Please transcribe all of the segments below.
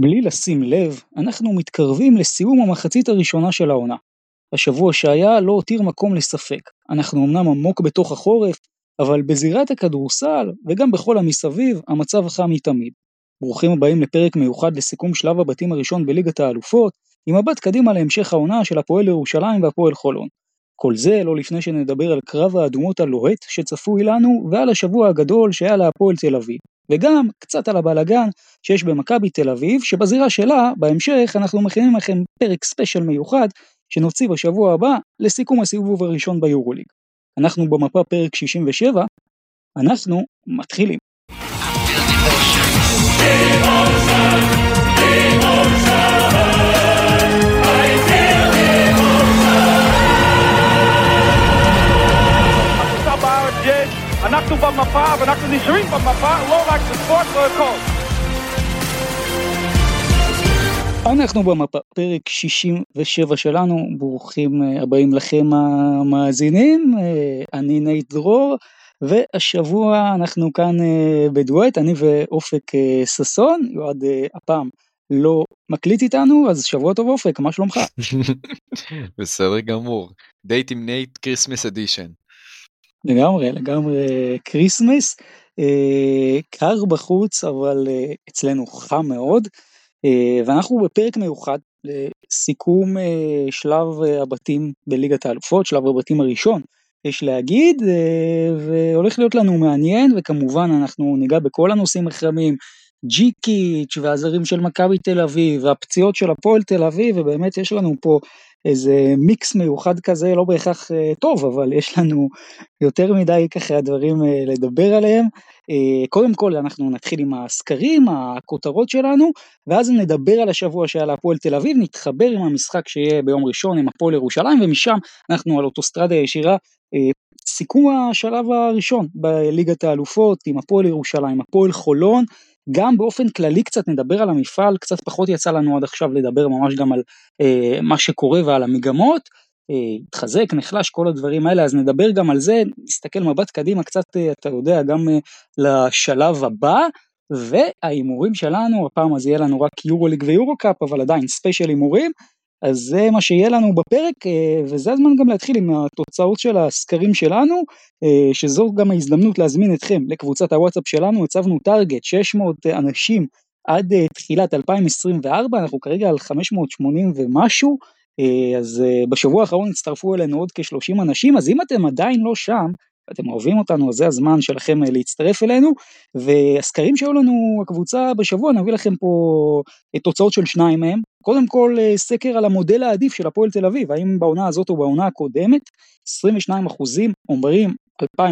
בלי לשים לב, אנחנו מתקרבים לסיום המחצית הראשונה של העונה. השבוע שהיה לא הותיר מקום לספק. אנחנו אמנם עמוק בתוך החורף, אבל בזירת הכדורסל וגם בכל המסביב, המצב חם מתמיד. ברוכים הבאים לפרק מיוחד לסיכום שלב הבתים הראשון בליגת האלופות, עם מבט קדימה להמשך העונה של הפועל ירושלים והפועל חולון. כל זה לא לפני שנדבר על קרב האדומות הלוהט שצפוי לנו, ועל השבוע הגדול שהיה להפועל תל אביב. וגם קצת על הבלגן שיש במכבי תל אביב, שבזירה שלה, בהמשך, אנחנו מכינים לכם פרק ספיישל מיוחד, שנוציא בשבוע הבא לסיכום הסיבוב הראשון ביורוליג. אנחנו במפה פרק 67, אנחנו מתחילים. אנחנו במפה ואנחנו נשארים במפה, לא רק בספורט, לא הכל. אנחנו במפה, פרק 67 שלנו, ברוכים הבאים לכם המאזינים, אני נייט דרור, והשבוע אנחנו כאן בדואט, אני ואופק ססון, יועד הפעם לא מקליט איתנו, אז שבוע טוב אופק, מה שלומך? בסדר גמור, דייט עם נייט קריסמס אדישן. לגמרי קריסמס, קר בחוץ, אבל אצלנו חם מאוד, ואנחנו בפרק מיוחד לסיכום שלב הבתים בליגת האלופות, שלב הבתים הראשון, יש להגיד, והולך להיות לנו מעניין, וכמובן אנחנו ניגע בכל הנושאים החרמים, ג'יקיץ' והזרים של מכבי תל אביב, והפציעות של הפועל תל אביב, ובאמת יש לנו פה איזה מיקס מיוחד כזה, לא בהכרח טוב, אבל יש לנו יותר מדי ככה הדברים לדבר עליהם. קודם כל אנחנו נתחיל עם הסקרים, הכותרות שלנו, ואז נדבר על השבוע שהיה להפועל תל אביב, נתחבר עם המשחק שיהיה ביום ראשון עם הפועל ירושלים, ומשם אנחנו על אוטוסטרדה ישירה, סיכום השלב הראשון בליגת האלופות עם הפועל ירושלים, הפועל חולון, גם באופן כללי קצת נדבר על המפעל, קצת פחות יצא לנו עד עכשיו לדבר ממש גם על מה שקורה ועל המגמות, התחזק, נחלש, כל הדברים האלה, אז נדבר גם על זה, נסתכל מבט קדימה קצת, אתה יודע, גם לשלב הבא, והאימורים שלנו, הפעם אז יהיה לנו רק יורוליג ויורוקאפ, אבל עדיין ספיישל אימורים, אז זה מה שיהיה לנו בפרק, וזה הזמן גם להתחיל עם התוצאות של הסקרים שלנו, שזו גם ההזדמנות להזמין אתכם לקבוצת הוואטסאפ שלנו, הצבנו טארגט 600 אנשים עד תחילת 2024, אנחנו כרגע על 580 ומשהו, אז בשבוע האחרון הצטרפו אלינו עוד כ-30 אנשים, אז אם אתם עדיין לא שם, אתם אוהבים אותנו, אז זה הזמן שלכם להצטרף אלינו, והסקרים שהיו לנו הקבוצה בשבוע, נביא לכם פה תוצאות של שניים מהם, קודם כל סקר על המודל העדיף של הפועל תל אביב, האם בעונה הזאת או בעונה הקודמת, 22% אומרים 2022-2023,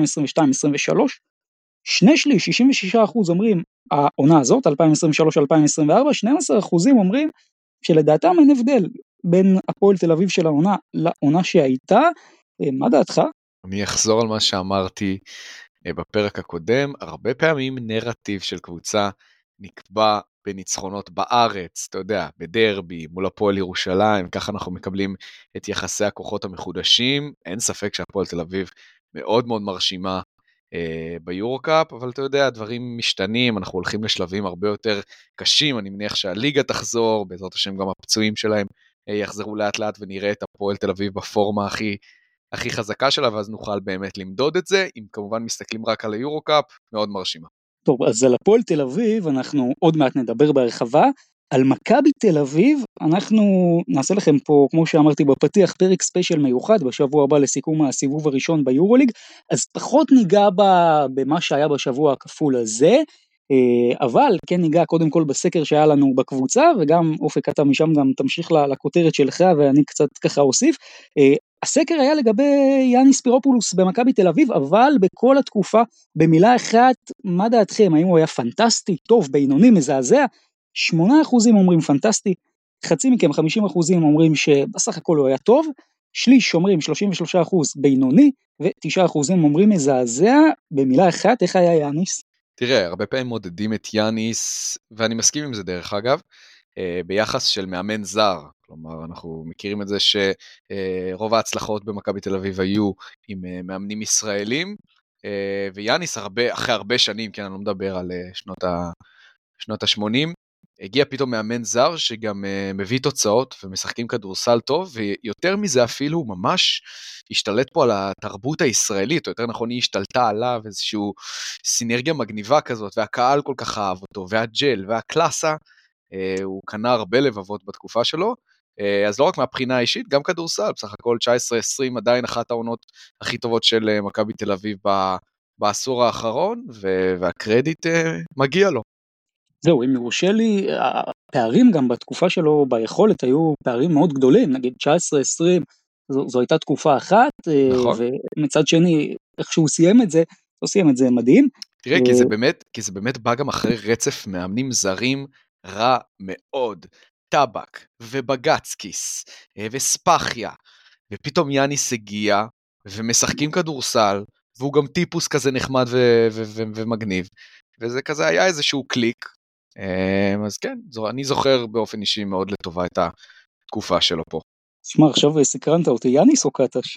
שני שליש, 66% אומרים העונה הזאת, 2023-2024, 12% אומרים שלדעתם אין הבדל בין הפועל תל אביב של העונה לעונה שהייתה, מה דעתך? אני אחזור על מה שאמרתי בפרק הקודם, הרבה פעמים נרטיב של קבוצה נקבע בניצחונות בארץ, אתה יודע, בדרבי, מול הפועל ירושלים, ככה אנחנו מקבלים את יחסי הכוחות המחודשים, אין ספק שהפועל תל אביב מאוד מאוד מרשימה ביורוקאפ, אבל אתה יודע, הדברים משתנים, אנחנו הולכים לשלבים הרבה יותר קשים, אני מניח שהליגה תחזור, בעזרת השם גם הפצועים שלהם יחזרו לאט לאט ונראה את הפועל תל אביב בפורמה הכי חזקה שלה, ואז נוכל באמת למדוד את זה, אם כמובן מסתכלים רק על היורוקאפ, מאוד מרשימה. טוב, אז על הפועל תל אביב, אנחנו עוד מעט נדבר בהרחבה, על מכבי תל אביב, אנחנו נעשה לכם פה, כמו שאמרתי בפתיח, פרק ספיישל מיוחד, בשבוע הבא לסיכום הסיבוב הראשון ביורוליג, אז פחות ניגע במה שהיה בשבוע הכפול הזה, אבל כן ניגע קודם כל בסקר שהיה לנו בקבוצה, וגם אופק אתה משם גם תמשיך לכותרת שלך, ואני קצת ככה אוסיף, הסקר היה לגבי יאניס פירופולוס במכבי תל אביב, אבל בכל התקופה, במילה אחת, מה דעתכם? האם הוא היה פנטסטי, טוב, בינוני, מזעזע? 8% אומרים פנטסטי, חצי מכם 50% אומרים שבסך הכל הוא היה טוב, שליש אומרים 33% בינוני, ו9% אומרים מזעזע, במילה אחת, איך היה יאניס? תראה, הרבה פעמים מודדים את יאניס, ואני מסכים עם זה דרך אגב, ביחס של מאמן זר, כלומר אנחנו מכירים את זה שרוב ההצלחות במכבי תל אביב היו עם מאמנים ישראלים, ויאניס אחרי הרבה שנים, כן, אני לא מדבר על שנות ה-80, הגיע פתאום מאמן זר שגם מביא תוצאות ומשחקים כדורסל טוב, ויותר מזה אפילו הוא ממש השתלט פה על התרבות הישראלית, או יותר נכון היא השתלטה עליו איזושהי סינרגיה מגניבה כזאת, והקהל כל כך אהב אותו, והג'ל והקלאסה, הוא קנה הרבה לבבות בתקופה שלו, אז לא רק מהבחינה האישית, גם כדורסל, בסך הכל 19-20 עדיין אחת העונות הכי טובות של מכבי תל אביב בעשור האחרון, והקרדיט מגיע לו. זהו, אם יורשה לי, הפערים גם בתקופה שלו ביכולת היו פערים מאוד גדולים, נגיד 19-20, זו הייתה תקופה אחת, נכון. ומצד שני, איך שהוא סיים את זה, הוא סיים את זה מדהים. תראה, כי זה באמת בא גם אחרי רצף מאמנים זרים רע מאוד, טבק ובגצקיס וספחיה, ופתאום יאניס הגיע ומשחקים כדורסל, והוא גם טיפוס כזה נחמד ומגניב, וזה כזה היה איזשהו קליק, אז כן, אני זוכר באופן אישי מאוד לטובה את התקופה שלו פה. תשמע, עכשיו סקרנת אותי, יאניס או קטש?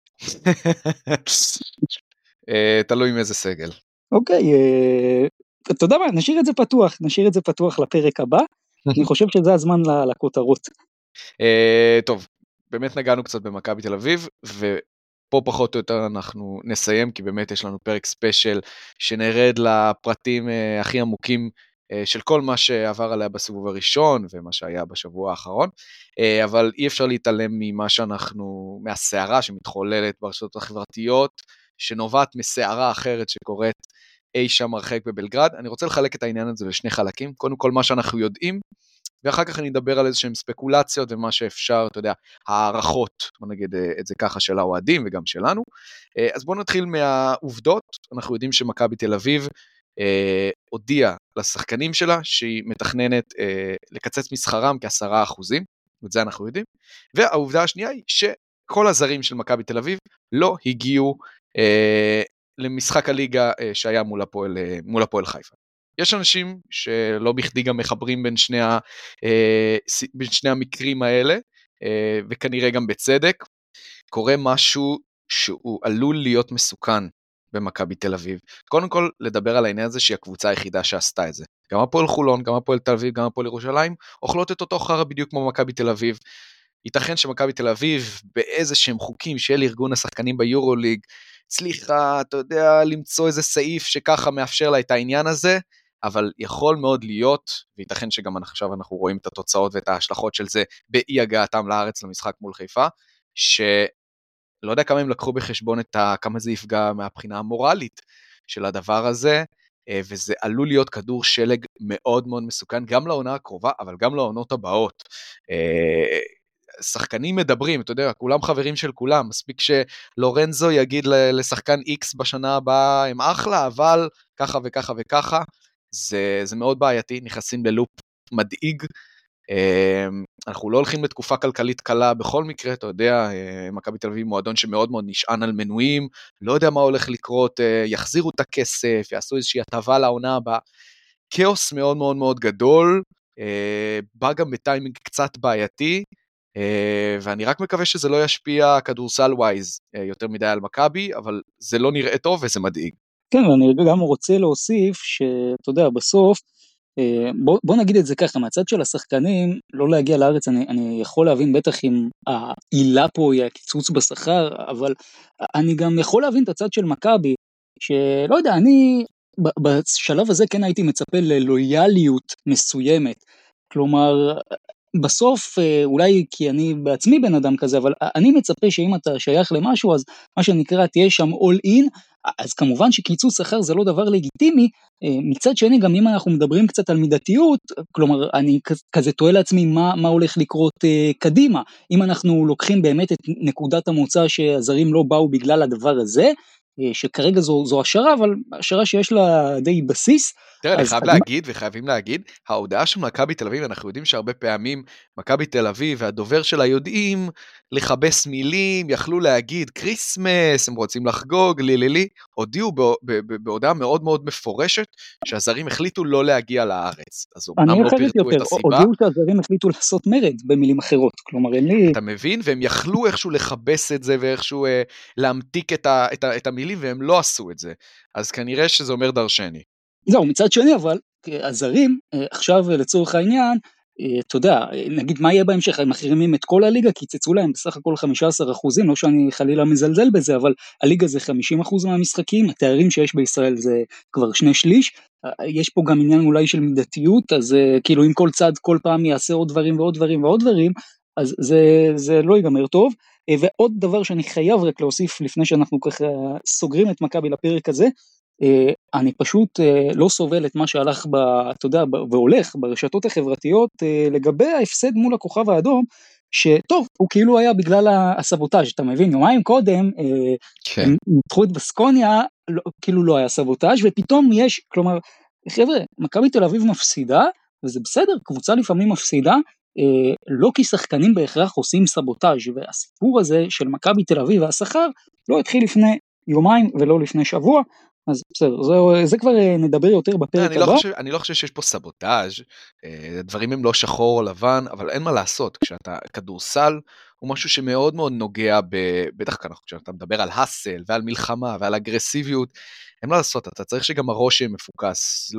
תלוי עם איזה סגל. אוקיי, אתה יודע מה, נשאיר את זה פתוח לפרק הבא, אני חושב שזה הזמן לכותרות. טוב, באמת נגענו קצת במכבי תל אביב, ופה פחות או יותר אנחנו נסיים, כי באמת יש לנו פרק ספיישל, שנרד לפרטים הכי עמוקים, של כל מה שעבר עליה בסיבוב הראשון, ומה שהיה בשבוע האחרון, אבל אי אפשר להתעלם מהסערה שמתחוללת ברשתות החברתיות, שנובעת מסערה אחרת שקורית אי שם הרחק בבלגרד. אני רוצה לחלק את העניין הזה לשני חלקים, קודם כל מה שאנחנו יודעים, ואחר כך אני אדבר על איזשהם ספקולציות ומה שאפשר, אתה יודע, הערכות, בוא נגיד את זה ככה, של האוהדים וגם שלנו. אז בואו נתחיל מהעובדות. אנחנו יודעים שמכבי תל אביב הודיעה לשחקנים שלה שהיא מתכננת לקצץ משכרם כ10%, ואת זה אנחנו יודעים. והעובדה השנייה היא שכל הזרים של מכבי תל אביב לא הגיעו למשחק הליגה שהיה מול הפועל חיפה. יש אנשים שלא בכדי גם מחברים בין שני המקרים האלה, וכנראה גם בצדק, קורה משהו שהוא עלול להיות מסוכן במכבי תל אביב. קודם כל, לדבר על העניין הזה שהיא הקבוצה היחידה שעשתה את זה. גם הפועל חולון, גם הפועל תל אביב, גם הפועל ירושלים, אוכלות את אותו חרא בדיוק כמו מכבי תל אביב. ייתכן שמכבי תל אביב, באיזשהם חוקים של ארגון השחקנים ביורוליג, הצליחה, אתה יודע, למצוא איזה סעיף שככה מאפשר לה את העניין הזה, אבל יכול מאוד להיות, וייתכן שגם עכשיו אנחנו רואים את התוצאות ואת ההשלכות של זה, באי הגעתם לארץ למשחק מול חיפה, שלא יודע כמה הם לקחו בחשבון כמה זה יפגע מהבחינה המורלית של הדבר הזה, וזה עלול להיות כדור שלג מאוד מאוד מסוכן, גם לעונה הקרובה, אבל גם לעונות הבאות. שחקנים מדברים, אתה יודע, כולם חברים של כולם, מספיק שלורנזו יגיד לשחקן X בשנה הבאה, הם אחלה, אבל ככה וככה וככה, זה מאוד בעייתי, נכנסים ללופ מדאיג, אנחנו לא הולכים לתקופה כלכלית קלה בכל מקרה, אתה יודע, מכבי תל אביב מועדון שמאוד מאוד נשען על מנויים, לא יודע מה הולך לקרות, יחזירו את הכסף, יעשו איזושהי הטבה לעונה הבאה, כאוס מאוד מאוד מאוד גדול, בא גם בטיימינג קצת בעייתי, ואני רק מקווה שזה לא ישפיע כדורסל ווייז יותר מדי על מכבי, אבל זה לא נראה טוב וזה מדאיג. כן, ואני גם רוצה להוסיף שאתה יודע, בסוף, בוא נגיד את זה ככה, מהצד של השחקנים, לא להגיע לארץ, אני יכול להבין בטח אם העילה פה היא הקיצוץ בשכר, אבל אני גם יכול להבין את הצד של מכבי, שלא יודע, אני בשלב הזה כן הייתי מצפה ללויאליות מסוימת, כלומר, בסוף, אולי כי אני בעצמי בן אדם כזה, אבל אני מצפה שאם אתה שייך למשהו, אז מה שנקרא תהיה שם all in, אז כמובן שקיצוץ שכר זה לא דבר לגיטימי, מצד שני גם אם אנחנו מדברים קצת על מידתיות, כלומר אני כזה תוהה לעצמי מה הולך לקרות קדימה, אם אנחנו לוקחים באמת את נקודת המוצא שהזרים לא באו בגלל הדבר הזה, שכרגע זו השערה, אבל השערה שיש לה די בסיס. תראה, אני חייב להגיד וחייבים להגיד, ההודעה של מכבי תל אביב, אנחנו יודעים שהרבה פעמים מכבי תל אביב והדובר שלה יודעים לחבש מילים, יכלו להגיד קריסמס, הם רוצים לחגוג, הודיעו בהודעה מאוד מאוד מפורשת, שהזרים החליטו לא להגיע לארץ. אז אומנם לא פירטו את הסיבה. הודיעו שהזרים החליטו לעשות מרד במילים אחרות, כלומר אין לי... אתה מבין? והם יכלו איכשהו לחבש את זה, ואיכשהו להמתיק את המילים, והם לא עשו את זה. אז כנראה שזה אומר דרשני. זהו, מצד שני, אבל הזרים, עכשיו לצורך העניין, אתה יודע, נגיד מה יהיה בהמשך, הם מחרימים את כל הליגה, קיצצו להם בסך הכל 15%, לא שאני חלילה מזלזל בזה, אבל הליגה זה 50% מהמשחקים, התארים שיש בישראל זה כבר 2/3, יש פה גם עניין אולי של מידתיות, אז כאילו אם כל צד כל פעם יעשה עוד דברים ועוד דברים ועוד דברים, אז זה לא ייגמר טוב. ועוד דבר שאני חייב רק להוסיף לפני שאנחנו ככה סוגרים את מכבי לפרק הזה, אני פשוט לא סובל את מה שהלך, אתה יודע, והולך ברשתות החברתיות לגבי ההפסד מול הכוכב האדום, שטוב, הוא כאילו היה בגלל הסבוטאז', אתה מבין, יומיים קודם, הם ניתחו את בסקוניה, כאילו לא היה סבוטאז' ופתאום יש, כלומר, חבר'ה, מכבי תל אביב מפסידה, וזה בסדר, קבוצה לפעמים מפסידה, לא כי שחקנים בהכרח עושים סבוטאז', והסיפור הזה של מכבי תל אביב והשכר, לא התחיל לפני יומיים ולא לפני שבוע, אז בסדר, זה כבר נדבר יותר בפרק הבא. אני לא חושב שיש פה סבוטאז', דברים הם לא שחור או לבן, אבל אין מה לעשות, כשאתה כדורסל, הוא משהו שמאוד מאוד נוגע, בטח כשאתה מדבר על הסל ועל מלחמה ועל אגרסיביות, אין מה לעשות, אתה צריך שגם הראש יהיה מפוקס,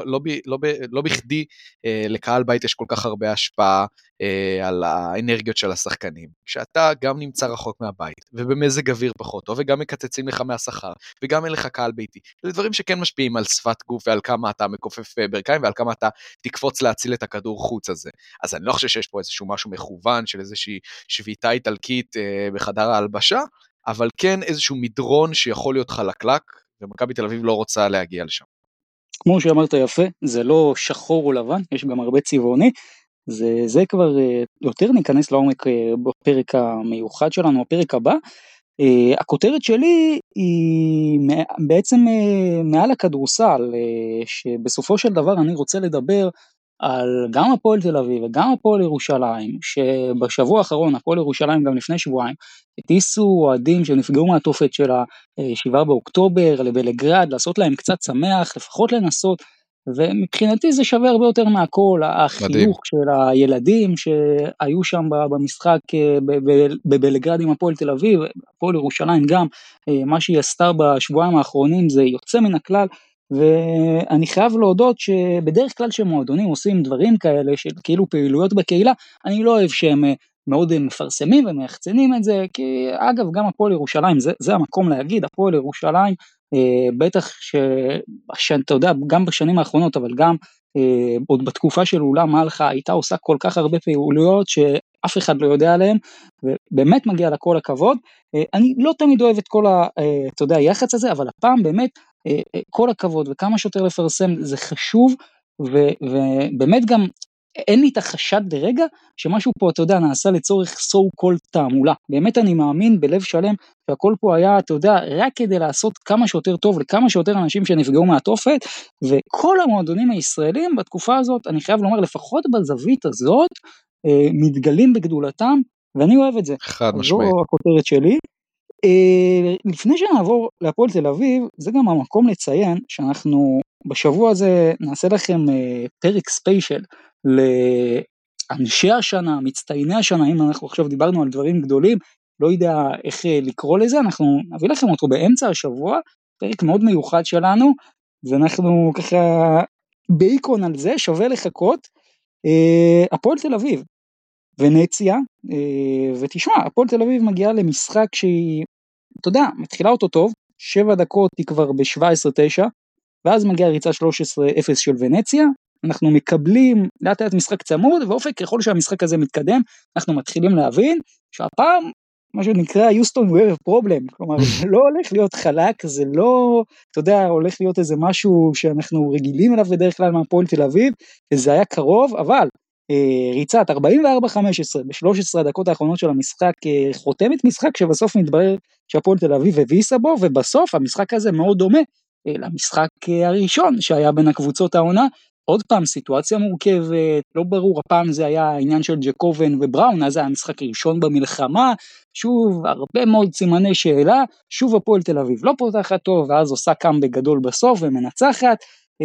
לא בכדי לקהל בית יש כל כך הרבה השפעה על האנרגיות של השחקנים, כשאתה גם נמצא רחוק מהבית, ובמזג אוויר פחות טוב, וגם מקצצים לך מהשכר, וגם אין לך קהל ביתי, זה דברים שכן משפיעים על שפת גוף, ועל כמה אתה מכופף ברכיים, ועל כמה אתה תקפוץ להציל את הכדור חוץ הזה, אז אני לא חושב שיש פה איזשהו משהו מכוון, של איזושהי שביתה איטלקית בחדר ההלבשה, אבל כן איזשהו מדרון שיכול להיות חלקלק, ומכבי תל אביב לא רוצה להגיע לשם. כמו שאמרת יפה, זה לא שחור או לבן, יש גם הרבה צבעוני, זה כבר יותר ניכנס לעומק בפרק המיוחד שלנו, הפרק הבא. הכותרת שלי היא בעצם מעל הכדורסל, שבסופו של דבר אני רוצה לדבר על גם הפועל תל אביב וגם הפועל ירושלים, שבשבוע האחרון, הפועל ירושלים גם לפני שבועיים, הטיסו אוהדים שנפגעו מהתופת של ה-7 באוקטובר לבלגרד, לעשות להם קצת שמח, לפחות לנסות, ומבחינתי זה שווה הרבה יותר מהכל, החיוך של הילדים שהיו שם במשחק בבלגרד עם הפועל תל אביב, הפועל ירושלים גם, מה שהיא עשתה בשבועיים האחרונים זה יוצא מן הכלל, ואני חייב להודות שבדרך כלל שמועדונים עושים דברים כאלה של כאילו פעילויות בקהילה, אני לא אוהב שהם מאוד מפרסמים ומייחצנים את זה, כי אגב גם הפועל ירושלים, זה המקום להגיד, הפועל ירושלים, בטח שאתה יודע, גם בשנים האחרונות, אבל גם עוד בתקופה של אולם מלכה, הייתה עושה כל כך הרבה פעילויות שאף אחד לא יודע עליהן, ובאמת מגיע לה כל הכבוד. אני לא תמיד אוהב את כל אתה יודע, היחץ הזה, אבל הפעם באמת כל הכבוד וכמה שיותר לפרסם זה חשוב, ובאמת גם אין לי את החשד לרגע שמשהו פה, אתה יודע, נעשה לצורך so called תעמולה. באמת אני מאמין בלב שלם שהכל פה היה, אתה יודע, רק כדי לעשות כמה שיותר טוב לכמה שיותר אנשים שנפגעו מהתופת, וכל המועדונים הישראלים בתקופה הזאת, אני חייב לומר, לפחות בזווית הזאת, מתגלים בגדולתם, ואני אוהב את זה. חד משמעית. זו הכותרת שלי. לפני שנעבור להפועל תל אביב, זה גם המקום לציין שאנחנו בשבוע הזה נעשה לכם פרק ספיישל לאנשי השנה, מצטייני השנה, אם אנחנו עכשיו דיברנו על דברים גדולים, לא יודע איך לקרוא לזה, אנחנו נביא לכם אותו באמצע השבוע, פרק מאוד מיוחד שלנו, ואנחנו ככה באיקון על זה, שווה לחכות. הפועל תל אביב, ונציה, ותשמע, הפועל תל אביב מגיעה למשחק שהיא, אתה יודע, מתחילה אותו טוב, 7 דקות היא כבר ב-17-9, ואז מגיעה ריצה 13-0 של ונציה, אנחנו מקבלים לאט לאט משחק צמוד, ואופק ככל שהמשחק הזה מתקדם, אנחנו מתחילים להבין שהפעם, מה שנקרא, Houston we have a problem, כלומר, זה לא הולך להיות חלק, זה לא, אתה יודע, הולך להיות איזה משהו שאנחנו רגילים אליו בדרך כלל מהפועל תל אביב, וזה היה קרוב, אבל ריצת 44-15 ב-13 הדקות האחרונות של המשחק, חותמת משחק שבסוף מתברר שהפועל תל אביב הביסה בו, ובסוף המשחק הזה מאוד דומה למשחק הראשון שהיה בין הקבוצות העונה, עוד פעם סיטואציה מורכבת, לא ברור, הפעם זה היה העניין של ג'קובן ובראון, אז זה היה המשחק הראשון במלחמה, שוב הרבה מאוד סימני שאלה, שוב הפועל תל אביב לא פותחת טוב, ואז עושה קאמבק גדול בסוף ומנצחת,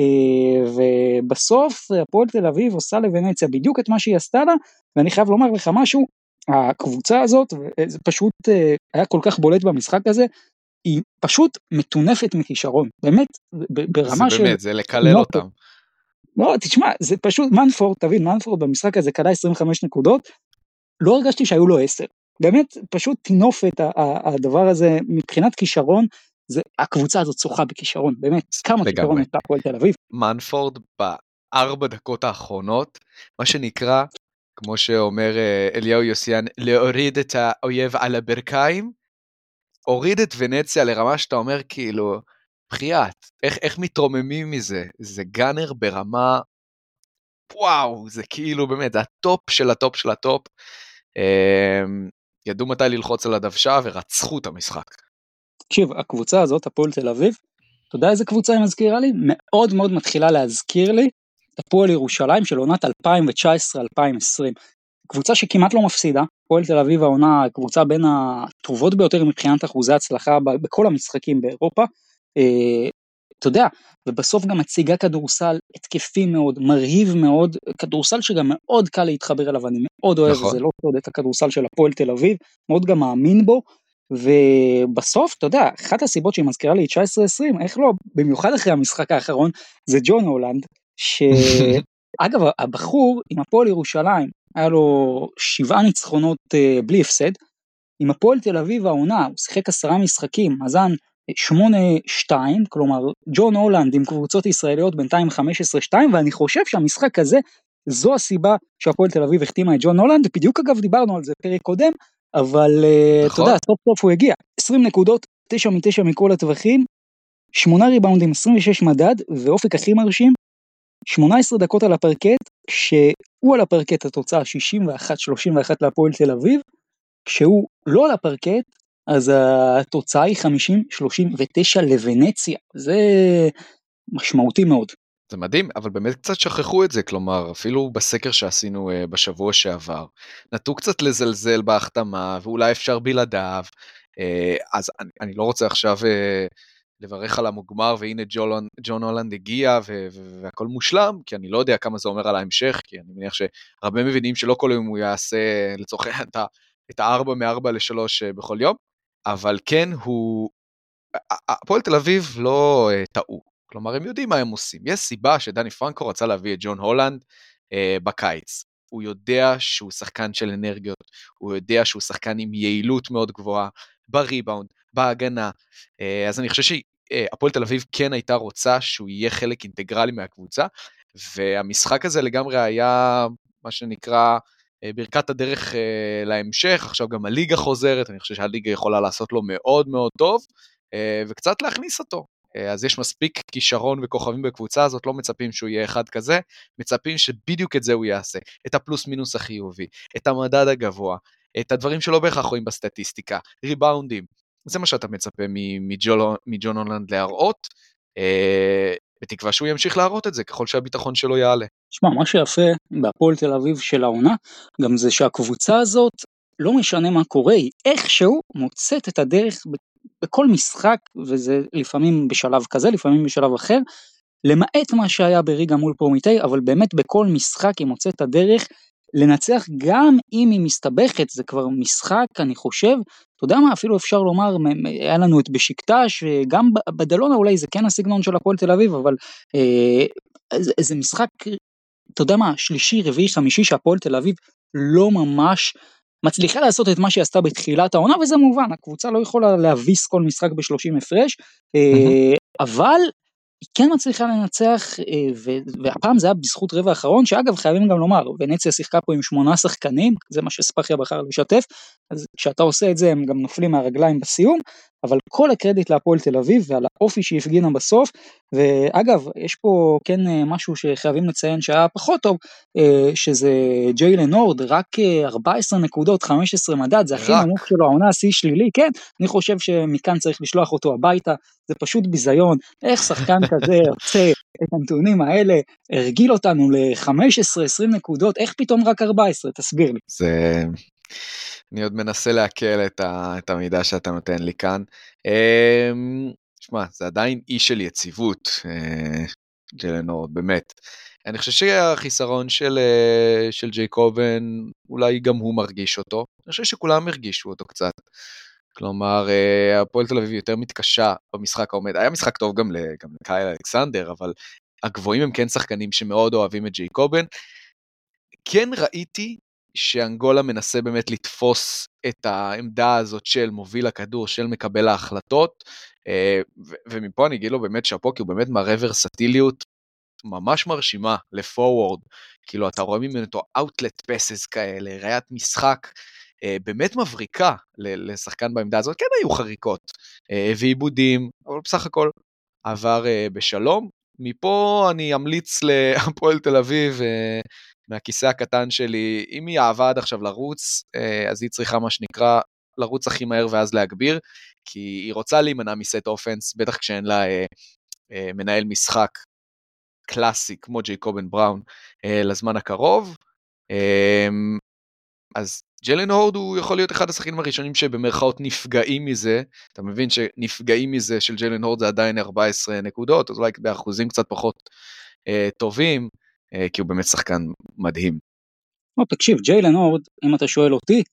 ובסוף הפועל תל אביב עושה לוונציה בדיוק את מה שהיא עשתה לה, ואני חייב לומר לך משהו, הקבוצה הזאת, זה פשוט היה כל כך בולט במשחק הזה, היא פשוט מטונפת מכישרון, באמת, ברמה זה באמת, זה לקלל אותם. לא, תשמע, זה פשוט, מנפורד, תבין, מנפורד במשחק הזה קלה 25 נקודות, לא הרגשתי שהיו לו 10. באמת, פשוט תינוף את הדבר הזה, מבחינת כישרון, הקבוצה הזאת שוחה בכישרון, באמת, כמה כישרון הייתה הפועל תל אביב. מנפורד ב4 דקות האחרונות, מה שנקרא, כמו שאומר אליהו יוסיאן, להוריד את האויב על הברכיים, הוריד את ונציה לרמה שאתה אומר כאילו, בחייאת, איך מתרוממים מזה? זה גאנר ברמה, וואו, זה כאילו באמת, זה הטופ של הטופ של הטופ. ידעו מתי ללחוץ על הדוושה ורצחו את המשחק. תקשיב, הקבוצה הזאת, הפועל תל אביב, אתה יודע איזה קבוצה היא מזכירה לי? מאוד מאוד מתחילה להזכיר לי את הפועל ירושלים של עונת 2019-2020. קבוצה שכמעט לא מפסידה, הפועל תל אביב העונה קבוצה בין הטובות ביותר מבחינת אחוזי הצלחה בכל המשחקים באירופה. אתה יודע, ובסוף גם מציגה כדורסל התקפי מאוד, מרהיב מאוד, כדורסל שגם מאוד קל להתחבר אליו, אני מאוד אוהב, זה לא סוד את הכדורסל של הפועל תל אביב, מאוד גם מאמין בו, ובסוף, אתה יודע, אחת הסיבות שהיא מזכירה לי 19-20, איך לא, במיוחד אחרי המשחק האחרון, זה ג'ון הולנד, שאגב, הבחור עם הפועל ירושלים, היה לו 7 ניצחונות בלי הפסד, עם הפועל תל אביב העונה, הוא שיחק 10 משחקים, מאזן 8-2, כלומר, ג'ון הולנד עם קבוצות ישראליות בינתיים 15-2, ואני חושב שהמשחק הזה, זו הסיבה שהפועל תל אביב החתימה את ג'ון הולנד, בדיוק אגב דיברנו על זה פרק קודם, אבל אתה יודע, סוף סוף הוא הגיע, 20 נקודות, 9 מ-9 מכל הטווחים, 8 ריבאונדים, 26 מדד, ואופק הכי מרשים, 18 דקות על הפרקט, שהוא על הפרקט התוצאה 61-31 להפועל תל אביב, כשהוא לא על הפרקט, אז התוצאה היא 50-39 לוונציה, זה משמעותי מאוד. זה מדהים, אבל באמת קצת שכחו את זה, כלומר, אפילו בסקר שעשינו בשבוע שעבר, נטו קצת לזלזל בהחתמה, ואולי אפשר בלעדיו, אז אני לא רוצה עכשיו לברך על המוגמר, והנה ג'ון הולנד הגיע, והכל מושלם, כי אני לא יודע כמה זה אומר על ההמשך, כי אני מניח שהרבה מבינים שלא כל יום הוא יעשה לצורך את ה4 מ-4 ל-3 בכל יום, אבל כן, הפועל תל אביב לא טעו, כלומר הם יודעים מה הם עושים, יש סיבה שדני פרנקו רצה להביא את ג'ון הולנד בקיץ, הוא יודע שהוא שחקן של אנרגיות, הוא יודע שהוא שחקן עם יעילות מאוד גבוהה, בריבאונד, בהגנה, אז אני חושב שהפועל תל אביב כן הייתה רוצה שהוא יהיה חלק אינטגרלי מהקבוצה, והמשחק הזה לגמרי היה מה שנקרא ברכת הדרך להמשך, עכשיו גם הליגה חוזרת, אני חושב שהליגה יכולה לעשות לו מאוד מאוד טוב, וקצת להכניס אותו, אז יש מספיק כישרון וכוכבים בקבוצה הזאת, לא מצפים שהוא יהיה אחד כזה, מצפים שבדיוק את זה הוא יעשה, את הפלוס מינוס החיובי, את המדד הגבוה, את הדברים שלא בהכרח רואים בסטטיסטיקה, ריבאונדים, זה מה שאתה מצפה מג'ון הולנד להראות, בתקווה שהוא ימשיך להראות את זה, ככל שהביטחון שלו יעלה. שמע, מה שיפה בהפועל תל אביב של העונה, גם זה שהקבוצה הזאת, לא משנה מה קורה, היא איכשהו מוצאת את הדרך בכל משחק, וזה לפעמים בשלב כזה, לפעמים בשלב אחר, למעט מה שהיה בריגה מול פרומיטי, אבל באמת בכל משחק היא מוצאת את הדרך לנצח, גם אם היא מסתבכת, זה כבר משחק, אני חושב, אתה יודע מה, אפילו אפשר לומר, היה לנו את בשקטש, גם בדלונה אולי זה כן הסגנון של הפועל תל אביב, אבל זה משחק, אתה יודע מה, שלישי, רביעי, חמישי, שהפועל תל אביב לא ממש מצליחה לעשות את מה שהיא עשתה בתחילת העונה, וזה מובן, הקבוצה לא יכולה להביס כל משחק ב-30 הפרש, אבל היא כן מצליחה לנצח, והפעם זה היה בזכות רבע האחרון, שאגב חייבים גם לומר, ונציה שיחקה פה עם 8 שחקנים, זה מה שספחיה בחר לשתף, אז כשאתה עושה את זה הם גם נופלים מהרגליים בסיום, אבל כל הקרדיט להפועל תל אביב, ועל האופי שהפגינה בסוף, ואגב, יש פה כן משהו שחייבים לציין שהיה פחות טוב, שזה ג'יילן נורד, רק 14 נקודות, 15 מדד, זה הכי נמוך שלו, העונה השיא שלילי, כן, אני חושב שמכאן צריך לשלוח אותו הביתה, זה פשוט ביזיון, איך שחקן כזה יוצא את הנתונים האלה, הרגיל אותנו ל-15-20 נקודות, איך פתאום רק 14, תסביר לי. זה... אני עוד מנסה להקל את המידע שאתה נותן לי כאן. שמע, זה עדיין אי של יציבות, ג'יילן נורד, באמת. אני חושב שהחיסרון של ג'ייקובן, אולי גם הוא מרגיש אותו. אני חושב שכולם הרגישו אותו קצת. כלומר, הפועל תל אביב יותר מתקשה במשחק העומד. היה משחק טוב גם לקייל אלכסנדר, אבל הגבוהים הם כן שחקנים שמאוד אוהבים את ג'ייקובן. כן ראיתי שאנגולה מנסה באמת לתפוס את העמדה הזאת של מוביל הכדור, של מקבל ההחלטות, ומפה אני אגיד לו באמת שפו, כי הוא באמת מראה ורסטיליות ממש מרשימה לפורוורד, כאילו אתה רואה ממנו אאוטלט פסס כאלה, ראיית משחק באמת מבריקה לשחקן בעמדה הזאת, כן היו חריקות ועיבודים, אבל בסך הכל עבר בשלום. מפה אני אמליץ להפועל תל אביב מהכיסא הקטן שלי, אם היא אהבה עד עכשיו לרוץ, אז היא צריכה מה שנקרא לרוץ הכי מהר ואז להגביר, כי היא רוצה להימנע מסט אופנס, בטח כשאין לה מנהל משחק קלאסי כמו ג'ייקובן בראון לזמן הקרוב. אז ג'יילן הורד הוא יכול להיות אחד השחקנים הראשונים שבמרכאות נפגעים מזה, אתה מבין שנפגעים מזה של ג'יילן הורד זה עדיין 14 נקודות, אז אולי באחוזים קצת פחות טובים, כי הוא באמת שחקן מדהים. תקשיב, ג'יילן הורד, אם אתה שואל אותי,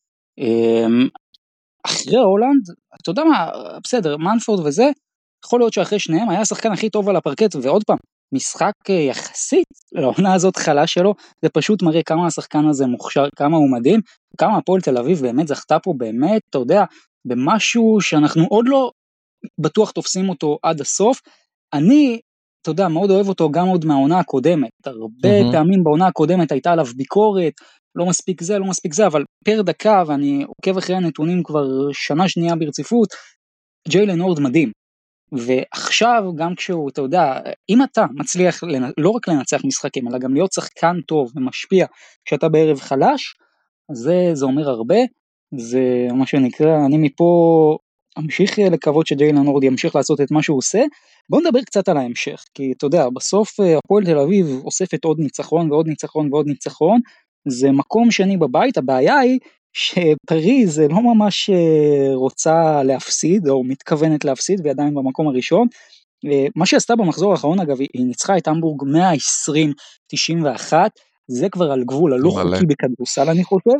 אחרי הולנד, אתה יודע מה, בסדר, מנפורד וזה, יכול להיות שאחרי שניהם היה השחקן הכי טוב על הפרקט, ועוד פעם, משחק יחסית לעונה הזאת חלש שלו, זה פשוט מראה כמה השחקן הזה מוכשר, כמה הוא מדהים, כמה הפועל תל אביב באמת זכתה פה באמת, אתה יודע, במשהו שאנחנו עוד לא בטוח תופסים אותו עד הסוף. אני, אתה יודע, מאוד אוהב אותו גם עוד מהעונה הקודמת, הרבה פעמים בעונה הקודמת הייתה עליו ביקורת, לא מספיק זה, לא מספיק זה, אבל פר דקה, ואני עוקב אחרי הנתונים כבר שנה שנייה ברציפות, ג'יילן הורד מדהים. ועכשיו גם כשהוא, אתה יודע, אם אתה מצליח לא רק לנצח משחקים, אלא גם להיות שחקן טוב ומשפיע כשאתה בערב חלש, אז זה אומר הרבה, זה מה שנקרא, אני מפה אמשיך לקוות שג'יילן הורד ימשיך לעשות את מה שהוא עושה. בואו נדבר קצת על ההמשך, כי אתה יודע, בסוף הפועל תל אביב אוספת עוד ניצחון ועוד ניצחון ועוד ניצחון, זה מקום שני בבית, הבעיה היא שפריז לא ממש רוצה להפסיד, או מתכוונת להפסיד, ועדיין במקום הראשון. מה שעשתה במחזור האחרון, אגב, היא ניצחה את המבורג 120-91, זה כבר על גבול הלא חוקי בכדורסל, אני חושב.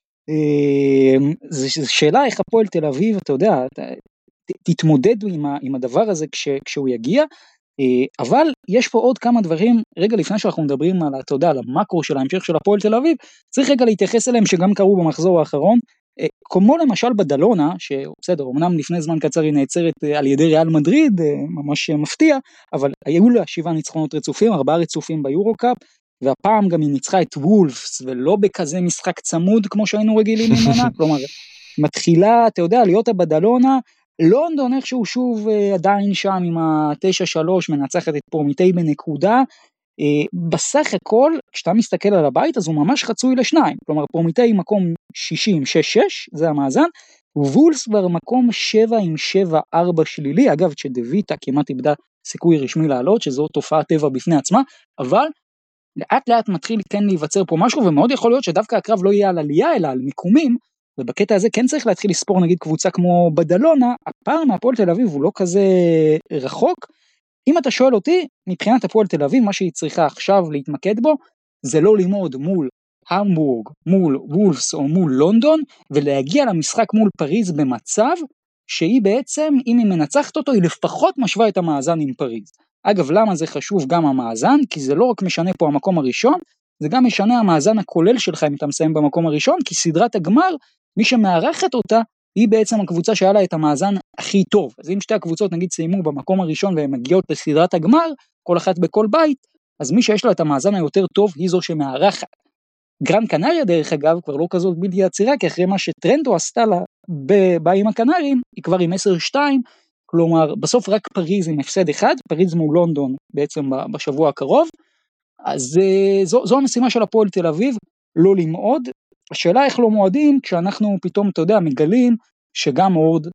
זו שאלה איך הפועל תל אביב, אתה יודע, תתמודד עם הדבר הזה כשהוא יגיע, אבל יש פה עוד כמה דברים, רגע לפני שאנחנו מדברים על, אתה יודע, על המקרו של ההמשך של הפועל תל אביב, צריך רגע להתייחס אליהם שגם קרו במחזור האחרון, כמו למשל בדלונה, שבסדר, אמנם לפני זמן קצר היא נעצרת על ידי ריאל מדריד, ממש מפתיע, אבל היו לה 7 ניצחונות רצופים, 4 רצופים ביורו-קאפ, והפעם גם היא ניצחה את וולפס, ולא בכזה משחק צמוד כמו שהיינו רגילים ממנה, כלומר, מתחילה, אתה יודע, להיות בדלונה, לונדון איכשהו שוב עדיין שם עם ה-9-3, מנצחת את פרומיטי בנקודה, בסך הכל, כשאתה מסתכל על הבית, אז הוא ממש חצוי לשניים, כלומר פרומיטי מקום 60, 6-6, זה המאזן, וולס כבר מקום 7 עם 7-4 שלילי, אגב שדוויטה כמעט איבדה סיכוי רשמי לעלות, שזו תופעת טבע בפני עצמה, אבל לאט לאט מתחיל כן להיווצר פה משהו, ומאוד יכול להיות שדווקא הקרב לא יהיה על עלייה, אלא על מיקומים, ובקטע הזה כן צריך להתחיל לספור נגיד קבוצה כמו בדלונה, הפער מהפועל תל אביב הוא לא כזה רחוק. אם אתה שואל אותי, מבחינת הפועל תל אביב, מה שהיא צריכה עכשיו להתמקד בו, זה לא ללמוד מול המבורג, מול וולפס או מול לונדון, ולהגיע למשחק מול פריז במצב, שהיא בעצם, אם היא מנצחת אותו, היא לפחות משווה את המאזן עם פריז. אגב, למה זה חשוב גם המאזן? כי זה לא רק משנה פה המקום הראשון, זה גם משנה המאזן הכולל שלך אם אתה מסיים במקום הראשון, כי סדרת הגמר, מי שמערכת אותה, היא בעצם הקבוצה שהיה לה את המאזן הכי טוב. אז אם שתי הקבוצות נגיד סיימו במקום הראשון והן מגיעות לסדרת הגמר, כל אחת בכל בית, אז מי שיש לה את המאזן היותר טוב היא זו שמערכת. גרן קנריה דרך אגב כבר לא כזאת בלתי עצירה, כי אחרי מה שטרנדו עשתה לה באים הקנרים, היא כבר עם 10-2, כלומר בסוף רק פריז עם הפסד אחד, פריז מול לונדון בעצם בשבוע הקרוב, אז זו המשימה של הפועל תל אביב, לא למעוד. השאלה איך לא מועדים, כשאנחנו פתאום, אתה יודע, מגלים שגם הורד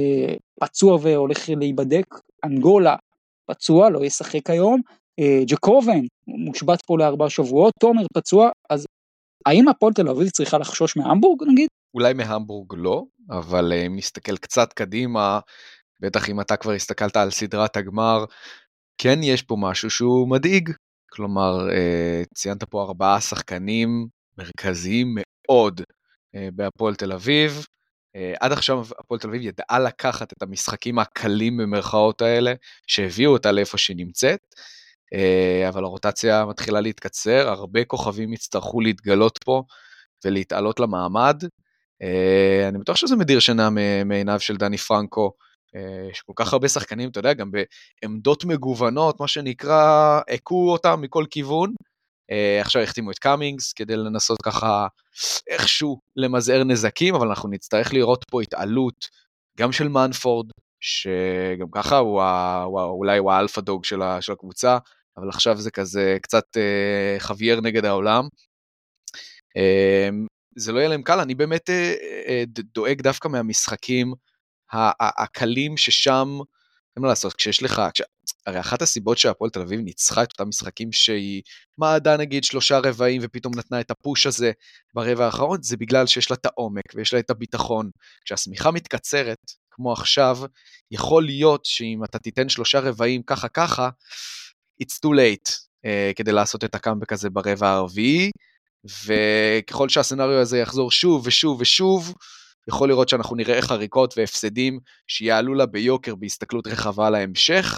פצוע והולך להיבדק, אנגולה פצוע, לא ישחק היום, ג'קובן מושבת פה ל4 שבועות, תומר פצוע, אז האם הפועל תל אביב צריכה לחשוש מהמבורג נגיד? אולי מהמבורג לא, אבל אם נסתכל קצת קדימה, בטח אם אתה כבר הסתכלת על סדרת הגמר, כן יש פה משהו שהוא מדאיג, כלומר ציינת פה 4 שחקנים מרכזיים מאוד בהפועל תל אביב, עד עכשיו הפועל תל אביב ידעה לקחת את המשחקים הקלים במרכאות האלה, שהביאו אותה לאיפה שהיא נמצאת, אבל הרוטציה מתחילה להתקצר, הרבה כוכבים יצטרכו להתגלות פה, ולהתעלות למעמד. אני בטוח שזה מדיר שינה מעיניו של דני פרנקו, יש כל כך הרבה שחקנים, אתה יודע, גם בעמדות מגוונות, מה שנקרא, עקו אותם מכל כיוון, עכשיו החתימו את קאמינגס, כדי לנסות ככה איכשהו למזער נזקים, אבל אנחנו נצטרך לראות פה התעלות, גם של מנפורד, שגם ככה אולי הוא האלפא דוג של הקבוצה, אבל עכשיו זה כזה קצת חווייר נגד העולם. זה לא יהיה להם קל, אני באמת דואג דווקא מהמשחקים הקלים ששם, אין מה לעשות, כשיש לך, הרי אחת הסיבות שהפועל תל אביב ניצחה את אותם משחקים שהיא מעדה נגיד 3 רבעים ופתאום נתנה את הפוש הזה ברבע האחרון, זה בגלל שיש לה את העומק ויש לה את הביטחון. כשהסמיכה מתקצרת, כמו עכשיו, יכול להיות שאם אתה תיתן 3 רבעים ככה, it's too late כדי לעשות את הקאמבק הזה ברבע הרביעי, וככל שהסצנריו הזה יחזור שוב ושוב ושוב, יכול לראות שאנחנו נראה חריקות והפסדים שיעלו לה ביוקר בהסתכלות רחבה להמשך,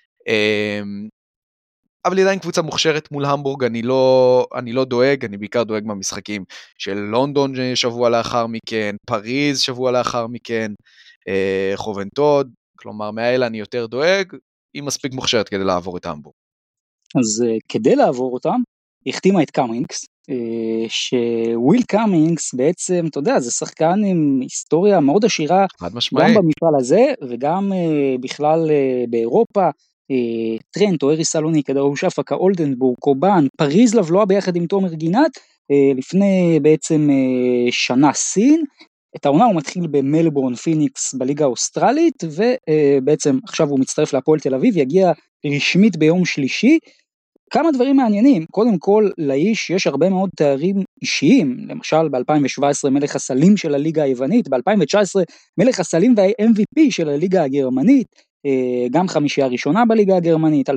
אבל עדיין קבוצה מוכשרת מול המבורג, אני לא דואג, אני בעיקר דואג מהמשחקים של לונדון שבוע לאחר מכן, פריז שבוע לאחר מכן, חובנטוד, כלומר מהאלה אני יותר דואג, היא מספיק מוכשרת כדי לעבור את המבורג. אז כדי לעבור אותם, החתימה את קאמינגס, שוויל קאמינגס בעצם, אתה יודע, זה שחקן עם היסטוריה מאוד עשירה, גם במפעל הזה, וגם בכלל באירופה, טרנט, אוהרי סלוניק, דרושפקה, אולדנבורג, קובן, פריז לבלואה ביחד עם תומר גינת, לפני בעצם שנה סין, את העונה הוא מתחיל במלבורן פיניקס בליגה האוסטרלית, ובעצם עכשיו הוא מצטרף להפועל תל אביב, יגיע רשמית ביום שלישי. כמה דברים מעניינים, קודם כל לאיש יש הרבה מאוד תארים אישיים, למשל ב-2017 מלך הסלים של הליגה היוונית, ב-2019 מלך הסלים וה-MVP של הליגה הגרמנית, גם חמישייה ראשונה בליגה הגרמנית, 2021-2022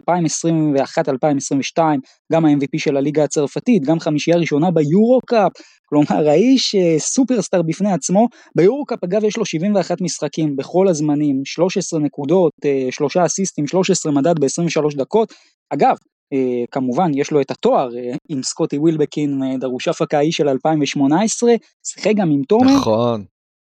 גם ה-MVP של הליגה הצרפתית, גם חמישייה ראשונה ביורו-קאפ, כלומר האיש סופרסטאר בפני עצמו, ביורו-קאפ אגב יש לו 71 משחקים בכל הזמנים, 13 נקודות, 3 אסיסטים, 13 מדד ב-23 דקות, אגב, כמובן יש לו את התואר עם סקוטי ווילבקין, דרושפקה האיש של 2018, שיחק גם עם תומר. נכון.